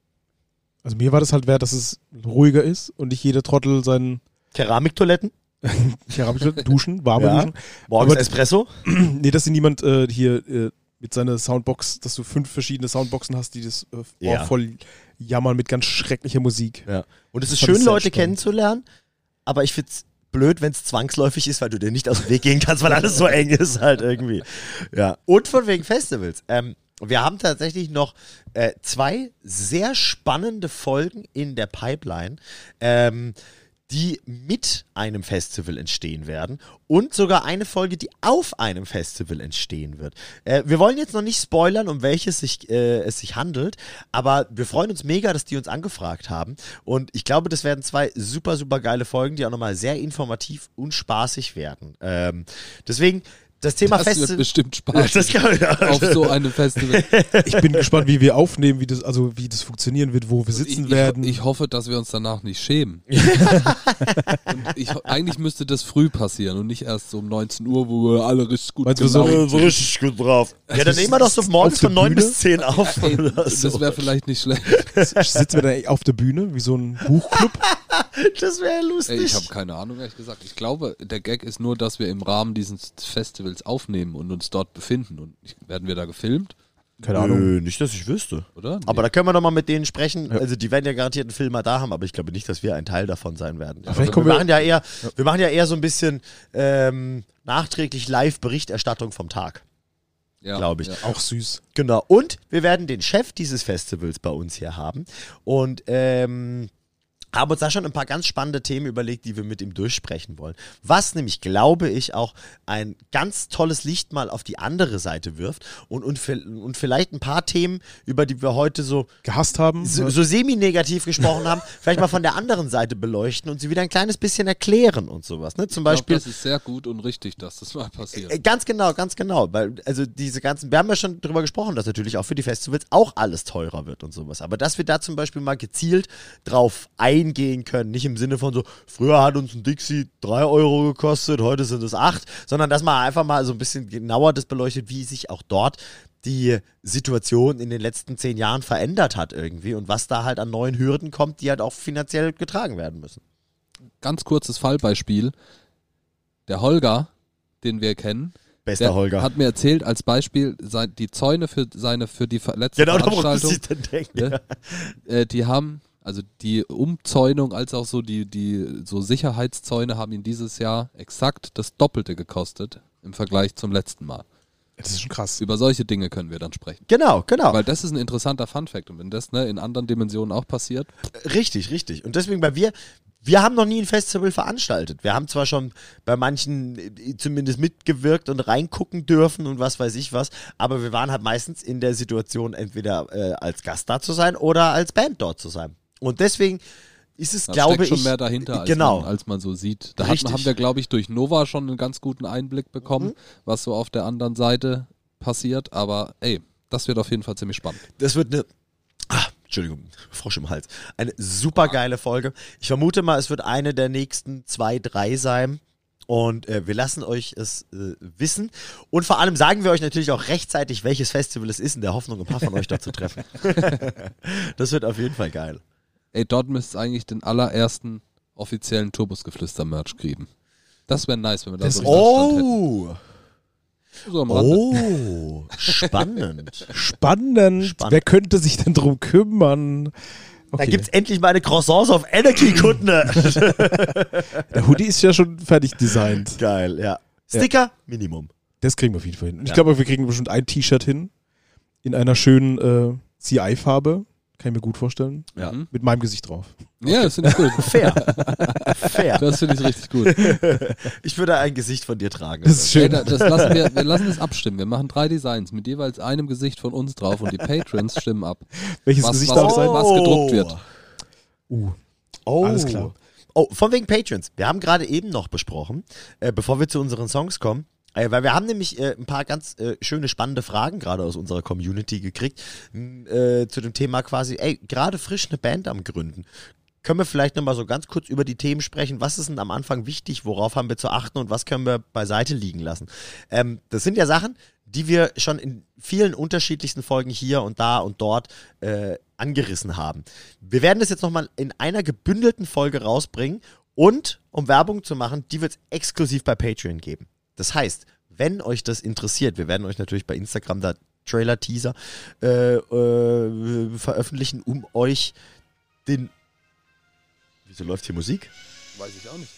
Also mir war das halt wert, dass es ruhiger ist und nicht jeder Trottel seinen Keramiktoiletten? Keramiktoiletten, Duschen, warme Ja. Duschen. Morgens Aber- Espresso? Nee, dass dir niemand äh, hier äh, mit seiner Soundbox, dass du fünf verschiedene Soundboxen hast, die das äh, Ja. oh, voll jammern mit ganz schrecklicher Musik. Ja. Und es Das ist fand ich schön, sehr Leute spannend. kennenzulernen, aber ich find's blöd, wenn es zwangsläufig ist, weil du dir nicht aus dem Weg gehen kannst, weil alles so eng ist halt irgendwie. Ja. Und von wegen Festivals. Ähm, wir haben tatsächlich noch äh, zwei sehr spannende Folgen in der Pipeline, ähm, die mit einem Festival entstehen werden und sogar eine Folge, die auf einem Festival entstehen wird. Äh, wir wollen jetzt noch nicht spoilern, um welches sich, äh, es sich handelt, aber wir freuen uns mega, dass die uns angefragt haben und ich glaube, das werden zwei super, super geile Folgen, die auch nochmal sehr informativ und spaßig werden. Ähm, deswegen das Thema Das wird Festival... bestimmt Spaß Das kann, ja. auf so einem Festival. Ich bin gespannt, wie wir aufnehmen, wie das, also wie das funktionieren wird, wo wir sitzen ich, werden. Ich, ich hoffe, dass wir uns danach nicht schämen. Und ich, eigentlich müsste das früh passieren und nicht erst so um neunzehn Uhr, wo wir alle richtig gut Meinst du, so- gelaunt so richtig gut drauf. Ja, dann nehmen wir doch so morgens auf der von neun Bühne? bis zehn auf. Ey, Oder so. das wäre vielleicht nicht schlecht. Sitzen wir da auf der Bühne, wie so ein Buchclub. Das wäre lustig. Ey, ich habe keine Ahnung, ehrlich gesagt. Ich glaube, der Gag ist nur, dass wir im Rahmen dieses Festivals aufnehmen und uns dort befinden. Und ich, werden wir da gefilmt, Keine Ahnung. Nö, nicht, dass ich wüsste. oder? Aber da Nee. können wir doch mal mit denen sprechen. Also die werden ja garantiert einen Filmer da haben, aber ich glaube nicht, dass wir ein Teil davon sein werden. vielleicht Also, wir, kommen wir- machen ja eher, wir machen ja eher so ein bisschen ähm, nachträglich Live-Berichterstattung vom Tag. Ja, glaub ich. Ja. Auch süß. Genau. Und wir werden den Chef dieses Festivals bei uns hier haben. Und ähm, haben uns da schon ein paar ganz spannende Themen überlegt, die wir mit ihm durchsprechen wollen. Was nämlich, glaube ich, auch ein ganz tolles Licht mal auf die andere Seite wirft und, und, und vielleicht ein paar Themen, über die wir heute so, Gehasst haben. so, so semi-negativ gesprochen haben, vielleicht mal von der anderen Seite beleuchten und sie wieder ein kleines bisschen erklären und sowas. Ne? Zum Ich glaub, Beispiel. das ist sehr gut und richtig, dass das mal passiert. Äh, Ganz genau, ganz genau. Weil, also diese ganzen, wir haben ja schon drüber gesprochen, dass natürlich auch für die Festivals auch alles teurer wird und sowas. Aber dass wir da zum Beispiel mal gezielt drauf eingehen können, nicht im Sinne von so, früher hat uns ein Dixie drei Euro gekostet, heute sind es acht, sondern dass man einfach mal so ein bisschen genauer das beleuchtet, wie sich auch dort die Situation in den letzten zehn Jahren verändert hat irgendwie und was da halt an neuen Hürden kommt, die halt auch finanziell getragen werden müssen. Ganz kurzes Fallbeispiel. Der Holger, den wir kennen, Bester der Holger. hat mir erzählt als Beispiel, sein, die Zäune für seine für die ver- letzte Genau, da muss Veranstaltung, ich dann denken. Ja. äh, die haben, also die Umzäunung als auch so die, die so Sicherheitszäune haben ihn dieses Jahr exakt das Doppelte gekostet im Vergleich zum letzten Mal. Das ist schon krass. Über solche Dinge können wir dann sprechen. Genau, genau. Weil das ist ein interessanter Funfact und wenn das ne, in anderen Dimensionen auch passiert, Richtig, richtig. Und deswegen, weil wir, wir haben noch nie ein Festival veranstaltet. Wir haben zwar schon bei manchen äh, zumindest mitgewirkt und reingucken dürfen und was weiß ich was, aber wir waren halt meistens in der Situation, entweder äh, als Gast da zu sein oder als Band dort zu sein. Und deswegen ist es, da glaube steckt schon ich, mehr dahinter, als, genau. man, als man so sieht. Da hat, Richtig. haben wir, glaube ich, durch Nova schon einen ganz guten Einblick bekommen, Mhm. was so auf der anderen Seite passiert. Aber ey, das wird auf jeden Fall ziemlich spannend. Das wird eine, ah, Entschuldigung, Frosch im Hals, eine super geile Folge. Ich vermute mal, es wird eine der nächsten zwei, drei sein. Und äh, wir lassen euch es äh, wissen. Und vor allem sagen wir euch natürlich auch rechtzeitig, welches Festival es ist, in der Hoffnung, ein paar von euch dort zu treffen. Das wird auf jeden Fall geil. Ey, dort müsste es eigentlich den allerersten offiziellen Turbusgeflüster-Merch kriegen. Das wäre nice, wenn wir da so einen Stand hätten. Oh! So am Rande. Oh, spannend. Spannend. Spannend. Wer könnte sich denn drum kümmern? Da Okay. gibt's endlich mal eine Croissants of Anarchy, Kunde. Der Hoodie ist ja schon fertig designt. Geil, ja. Sticker, Minimum. Das kriegen wir auf jeden Fall hin. Und ich Ja. glaube, wir kriegen bestimmt ein T-Shirt hin. In einer schönen äh, C I-Farbe. Kann ich mir gut vorstellen. Ja. Mhm. Mit meinem Gesicht drauf. Ja, das finde ich gut. Fair. Fair. Das finde ich richtig gut. Ich würde ein Gesicht von dir tragen. Das ist Ey, schön. da- das lassen wir, wir lassen es abstimmen. Wir machen drei Designs mit jeweils einem Gesicht von uns drauf und die Patrons stimmen ab. Welches Was- Gesicht was- darf es sein? was gedruckt wird. Uh, Oh. Alles klar. Oh, von wegen Patrons. Wir haben gerade eben noch besprochen, äh, bevor wir zu unseren Songs kommen, äh, weil wir haben nämlich äh, ein paar ganz äh, schöne, spannende Fragen gerade aus unserer Community gekriegt, m, äh, zu dem Thema quasi, ey, gerade frisch eine Band am Gründen. Können wir vielleicht nochmal so ganz kurz über die Themen sprechen? Was ist denn am Anfang wichtig? Worauf haben wir zu achten und was können wir beiseite liegen lassen? Ähm, das sind ja Sachen, die wir schon in vielen unterschiedlichsten Folgen hier und da und dort äh, angerissen haben. Wir werden das jetzt nochmal in einer gebündelten Folge rausbringen und, um Werbung zu machen, die wird es exklusiv bei Patreon geben. Das heißt, wenn euch das interessiert, wir werden euch natürlich bei Instagram da Trailer-Teaser äh, äh, veröffentlichen, um euch den... Wieso läuft hier Musik? Weiß ich auch nicht.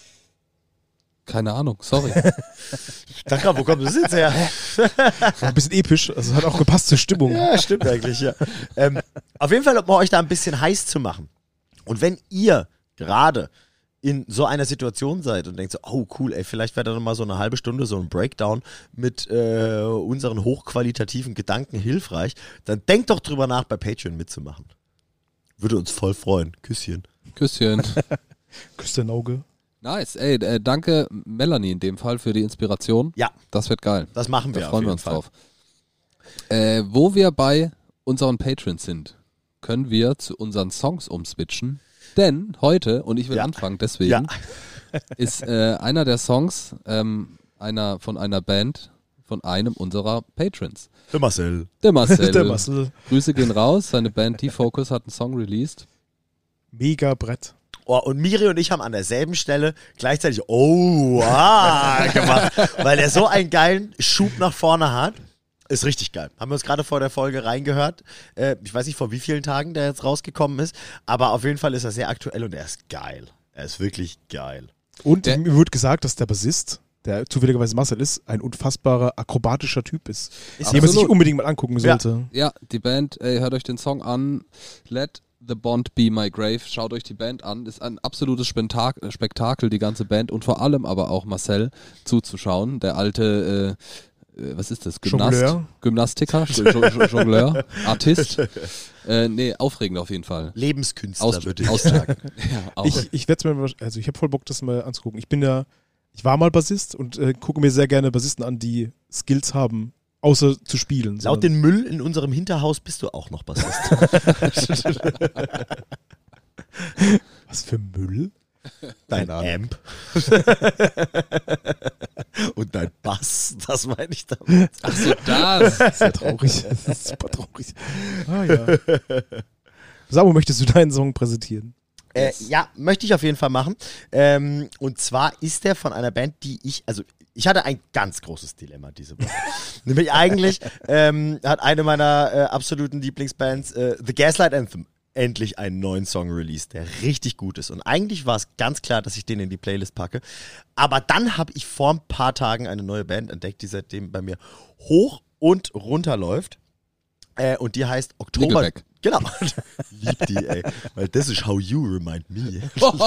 Keine Ahnung, sorry. Ich dachte gerade, wo kommt das jetzt her? ein bisschen episch. Also hat auch gepasst zur Stimmung. Ja, stimmt eigentlich, ja. Ähm, auf jeden Fall, um euch da ein bisschen heiß zu machen. Und wenn ihr gerade in so einer Situation seid und denkt so, oh cool, ey, vielleicht wäre da nochmal so eine halbe Stunde so ein Breakdown mit äh, unseren hochqualitativen Gedanken hilfreich, dann denkt doch drüber nach, bei Patreon mitzumachen. Würde uns voll freuen. Küsschen. Küsschen. Küsst dein Auge. Nice, ey, äh, danke Melanie in dem Fall für die Inspiration. Ja, Das wird geil. das machen wir Da auf freuen wir jeden uns Fall. drauf. Äh, wo wir bei unseren Patrons sind, können wir zu unseren Songs umswitchen. Denn heute, und ich will Ja. anfangen deswegen, Ja. ist äh, einer der Songs ähm, einer, von einer Band von einem unserer Patrons. Der Marcel. Der Marcel. Der Marcel. Grüße gehen raus. Seine Band Defocus hat einen Song released. Mega Brett. Oh, und Miri und ich haben an derselben Stelle gleichzeitig oh ah, gemacht, weil er so einen geilen Schub nach vorne hat. Ist richtig geil. Haben wir uns gerade vor der Folge reingehört. Äh, ich weiß nicht, vor wie vielen Tagen der jetzt rausgekommen ist, aber auf jeden Fall ist er sehr aktuell und er ist geil. Er ist wirklich geil. Und Der- mir wird gesagt, dass der Bassist, der zufälligerweise Marcel ist, ein unfassbarer akrobatischer Typ ist. Ist den man sich absolut. unbedingt mal angucken Ja. sollte. Ja, die Band, ey, hört euch den Song an. Let the Bond Be My Grave. Schaut euch die Band an. Ist ein absolutes Spentak Spektakel, die ganze Band und vor allem aber auch Marcel zuzuschauen. Der alte, äh, äh, was ist das? Gymnast, Jongleur. Gymnastiker, Jo- Jo- Jo- Jongleur, Artist. Äh, nee, aufregend auf jeden Fall. Lebenskünstler, Aus, würde ich aus, sagen. ja, auch. Ich, ich werde mir, also ich habe voll Bock, das mal anzugucken. Ich bin ja, ich war mal Bassist und äh, gucke mir sehr gerne Bassisten an, die Skills haben, außer zu spielen. Laut sondern- dem Müll in unserem Hinterhaus bist du auch noch Bassist. Was für Müll? Dein Keine Ahnung. Amp. Und dein Bass, das meine ich damit. Ach so, das. Sehr traurig. Das ist super traurig. Ah ja. Samu, möchtest du deinen Song präsentieren? Äh, Yes. ja, möchte ich auf jeden Fall machen. Ähm, und zwar ist der von einer Band, die ich, also ich hatte ein ganz großes Dilemma diese Woche. Nämlich eigentlich ähm, hat eine meiner äh, absoluten Lieblingsbands, äh, The Gaslight Anthem, endlich einen neuen Song released, der richtig gut ist. Und eigentlich war es ganz klar, dass ich den in die Playlist packe. Aber dann habe ich vor ein paar Tagen eine neue Band entdeckt, die seitdem bei mir hoch und runter läuft. Äh, und die heißt Oktober. Nickelback. Genau. Lieb die, ey. Weil das ist how you remind me.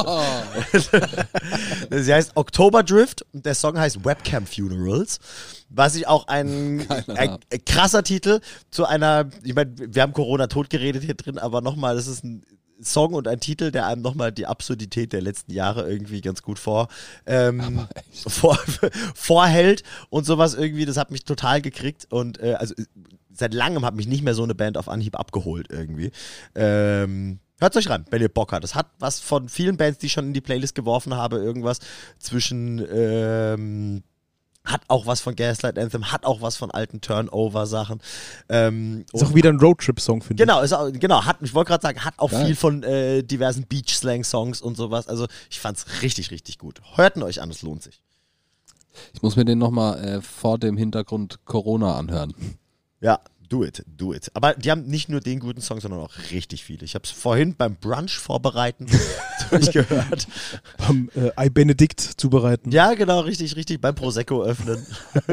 Sie heißt October Drift und der Song heißt Webcam Funerals. Was ich auch ein, ein, ein krasser Titel zu einer, ich meine, wir haben Corona totgeredet hier drin, aber nochmal, das ist ein Song und ein Titel, der einem nochmal die Absurdität der letzten Jahre irgendwie ganz gut vor, ähm, vor vorhält und sowas irgendwie, das hat mich total gekriegt und äh, also seit langem hat mich nicht mehr so eine Band auf Anhieb abgeholt irgendwie. Ähm, Hört euch rein, wenn ihr Bock habt. Es hat was von vielen Bands, die ich schon in die Playlist geworfen habe, irgendwas zwischen, ähm, hat auch was von Gaslight Anthem, hat auch was von alten Turnover-Sachen. Ähm, ist auch wieder ein Roadtrip-Song, finde genau, ist auch, genau, hat, ich wollte gerade sagen, hat auch Geil. viel von äh, diversen Beach-Slang-Songs und sowas. Also ich fand's richtig, richtig gut. Hört ihn euch an, es lohnt sich. Ich muss mir den nochmal äh, vor dem Hintergrund Corona anhören. Ja, do it, do it. Aber die haben nicht nur den guten Song, sondern auch richtig viele. Ich habe es vorhin beim Brunch vorbereiten durchgehört. Beim äh, Ei Benedikt zubereiten. Ja, genau, richtig, richtig. Beim Prosecco öffnen.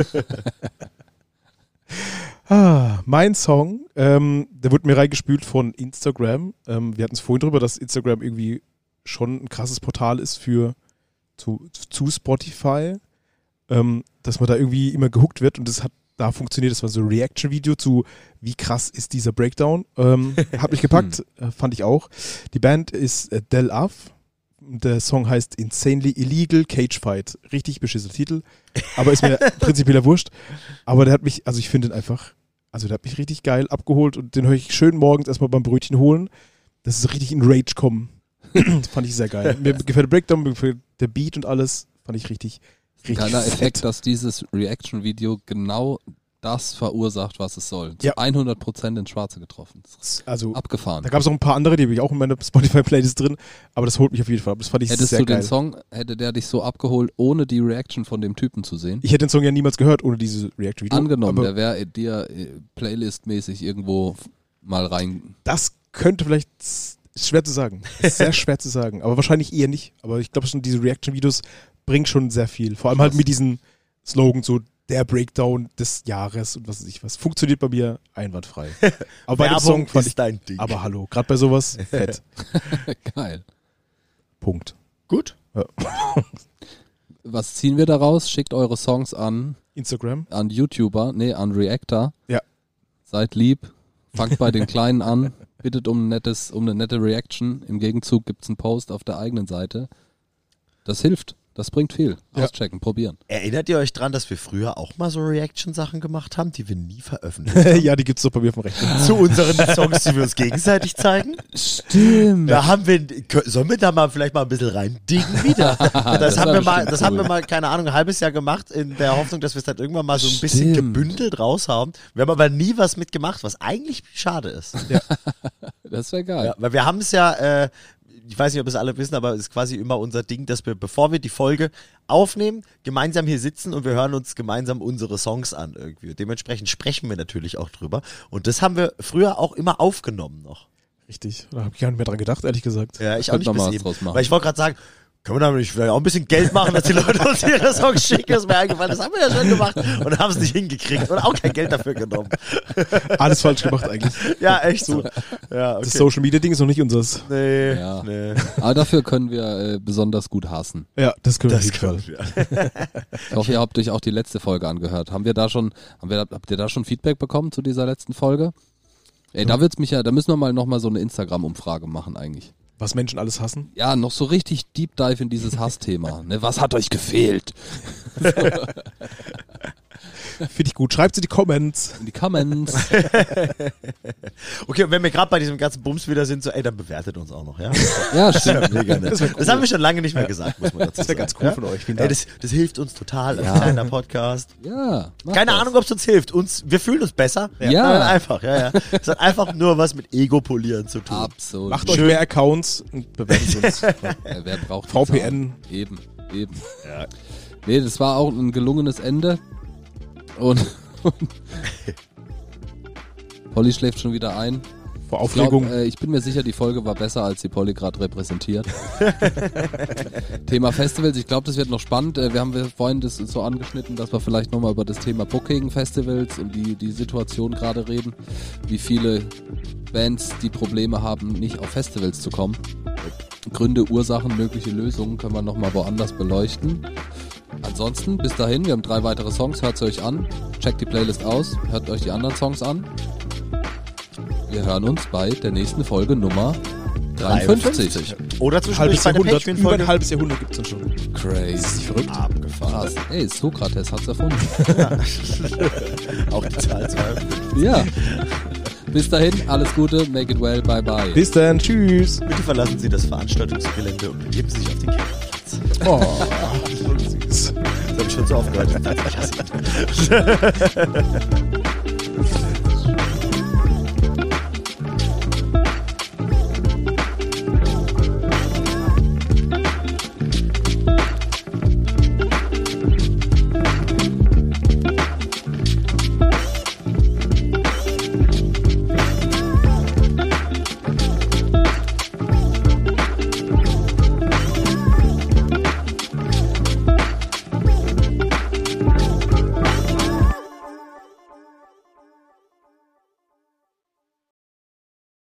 Ah, mein Song, ähm, der wurde mir reingespült von Instagram. Ähm, wir hatten es vorhin drüber, dass Instagram irgendwie schon ein krasses Portal ist für zu, zu Spotify. Ähm, dass man da irgendwie immer gehuckt wird und das hat da funktioniert. Das war so ein Reaction-Video zu, wie krass ist dieser Breakdown. Ähm, hat mich gepackt, äh, fand ich auch. Die Band ist äh, Del Av. Der Song heißt Insanely Illegal Cage Fight. Richtig beschissener Titel, aber ist mir prinzipiell wurscht. Aber der hat mich, also ich finde den einfach, also der hat mich richtig geil abgeholt und den höre ich schön morgens erstmal beim Brötchen holen. Das ist richtig in Rage kommen. Das fand ich sehr geil. Mir gefällt der Breakdown, mir gefällt der Beat und alles. Fand ich richtig Richtig Geiler fett. Effekt, dass dieses Reaction-Video genau das verursacht, was es soll. Zu Ja. hundert Prozent ins Schwarze getroffen. Das ist Also, abgefahren. da gab es auch ein paar andere, die habe ich auch in meiner Spotify-Playlist drin, aber das holt mich auf jeden Fall ab. Das fand ich Hättest sehr du geil. den Song, hätte der dich so abgeholt, ohne die Reaction von dem Typen zu sehen? Ich hätte den Song ja niemals gehört ohne dieses React-Video. Angenommen, aber der wäre dir äh, Playlist-mäßig irgendwo mal rein. das könnte vielleicht, ist schwer zu sagen, ist sehr schwer zu sagen, aber wahrscheinlich eher nicht. Aber ich glaube schon, diese Reaction-Videos bringen schon sehr viel. Vor allem halt mit diesen Slogan so, der Breakdown des Jahres und was weiß ich was. Funktioniert bei mir einwandfrei. Aber bei dem Werbung Song fand ist ich, dein Ding. aber hallo, gerade bei sowas, fett. Geil. Punkt. Gut. Ja. Was ziehen wir daraus? Schickt eure Songs an, Instagram. an YouTuber, nee, an Reactor. Ja. Seid lieb, fangt bei den Kleinen an, bittet um, ein nettes, um eine nette Reaction. Im Gegenzug gibt es einen Post auf der eigenen Seite. Das hilft. Das bringt viel. Ja. Auschecken, probieren. Erinnert ihr euch dran, dass wir früher auch mal so Reaction-Sachen gemacht haben, die wir nie veröffentlicht haben? Ja, die gibt's doch bei mir vom Rechner. Zu unseren Songs, die wir uns gegenseitig zeigen? Stimmt. Da haben wir, sollen wir da mal vielleicht mal ein bisschen reindingen wieder? Das, Das haben war wir mal, bestimmt das haben cool. wir mal, keine Ahnung, ein halbes Jahr gemacht, in der Hoffnung, dass wir es dann irgendwann mal so ein bisschen Stimmt. gebündelt raushauen. Wir haben aber nie was mitgemacht, was eigentlich schade ist. Das wäre geil. Ja, weil wir haben es ja, äh, ich weiß nicht, ob es alle wissen, aber es ist quasi immer unser Ding, dass wir, bevor wir die Folge aufnehmen, gemeinsam hier sitzen und wir hören uns gemeinsam unsere Songs an irgendwie. Und dementsprechend sprechen wir natürlich auch drüber. Und das haben wir früher auch immer aufgenommen noch. Richtig. Da habe ich gar nicht mehr dran gedacht, ehrlich gesagt. Ja, ich auch Könnte nicht man bis mal was eben. draus machen. Weil ich wollte gerade sagen, können wir damit nicht vielleicht auch ein bisschen Geld machen, dass die Leute uns ihre Songs schicken? Das ist mir eingefallen. Das haben wir ja schon gemacht und haben es nicht hingekriegt und auch kein Geld dafür genommen. Alles falsch gemacht eigentlich. Ja, echt so. Ja, okay. Das Social Media Ding ist noch nicht unseres. Nee, Ja. nee. Aber dafür können wir äh, besonders gut hassen. Ja, das können wir auf Das jeden Fall. können wir. Ich hoffe, ihr habt euch auch die letzte Folge angehört. Haben wir da schon, haben wir, habt ihr da schon Feedback bekommen zu dieser letzten Folge? Ey, da wird's mich ja, da müssen wir mal nochmal so eine Instagram-Umfrage machen eigentlich. Was Menschen alles hassen. Ja, noch so richtig Deep Dive in dieses Hassthema. Ne, was hat euch gefehlt? Finde ich gut. Schreibt in die Comments. In die Comments. Okay, und wenn wir gerade bei diesem ganzen Bums wieder sind, so, ey, dann bewertet uns auch noch, ja? Ja, Das, stimmt. mega nett. Das wär cool. Das haben wir schon lange nicht mehr gesagt, muss man dazu Das wäre sagen. ganz cool ja? von euch. Vielen Ey, Dank. das, das hilft uns total als Ja. kleiner Podcast. Ja. mach Keine das. Ahnung, ob es uns hilft. Uns, wir fühlen uns besser. Ja. Nein, einfach, ja, ja. Es hat einfach nur was mit Ego-Polieren zu tun. Absolut. Macht euch mehr Accounts und bewertet uns. Ja, wer braucht V P das N. auch? Eben, eben. Nee, das war auch ein gelungenes Ende. Und, und Polly schläft schon wieder ein. Vor Ich, glaub, Aufregung. äh, ich bin mir sicher, die Folge war besser, als die Polly gerade repräsentiert. Thema Festivals, ich glaube, das wird noch spannend. Äh, wir haben wir vorhin das so angeschnitten, dass wir vielleicht nochmal über das Thema Booking Festivals und die, die Situation gerade reden. Wie viele Bands die Probleme haben, nicht auf Festivals zu kommen. Gründe, Ursachen, mögliche Lösungen können wir nochmal woanders beleuchten. Ansonsten, bis dahin, wir haben drei weitere Songs, hört es euch an, checkt die Playlist aus, hört euch die anderen Songs an. Wir hören uns bei der nächsten Folge Nummer dreiundfünfzig. Oder Ein zwischendurch halbes bei der Jahrhundert, über Patreon-Folge. ein halbes Jahrhundert gibt es dann schon. Crazy. Verrückt. Abgefahren. Krass. Ey, Sokrates hat's erfunden. Auch die Zahl zwei. Ja. Bis dahin, alles Gute, make it well, bye bye. Bis dann, tschüss. Bitte verlassen Sie das Veranstaltungsgelände und begeben Sie sich auf den Campingplatz. Oh, das ist voll süß. Das habe ich schon so aufgehört.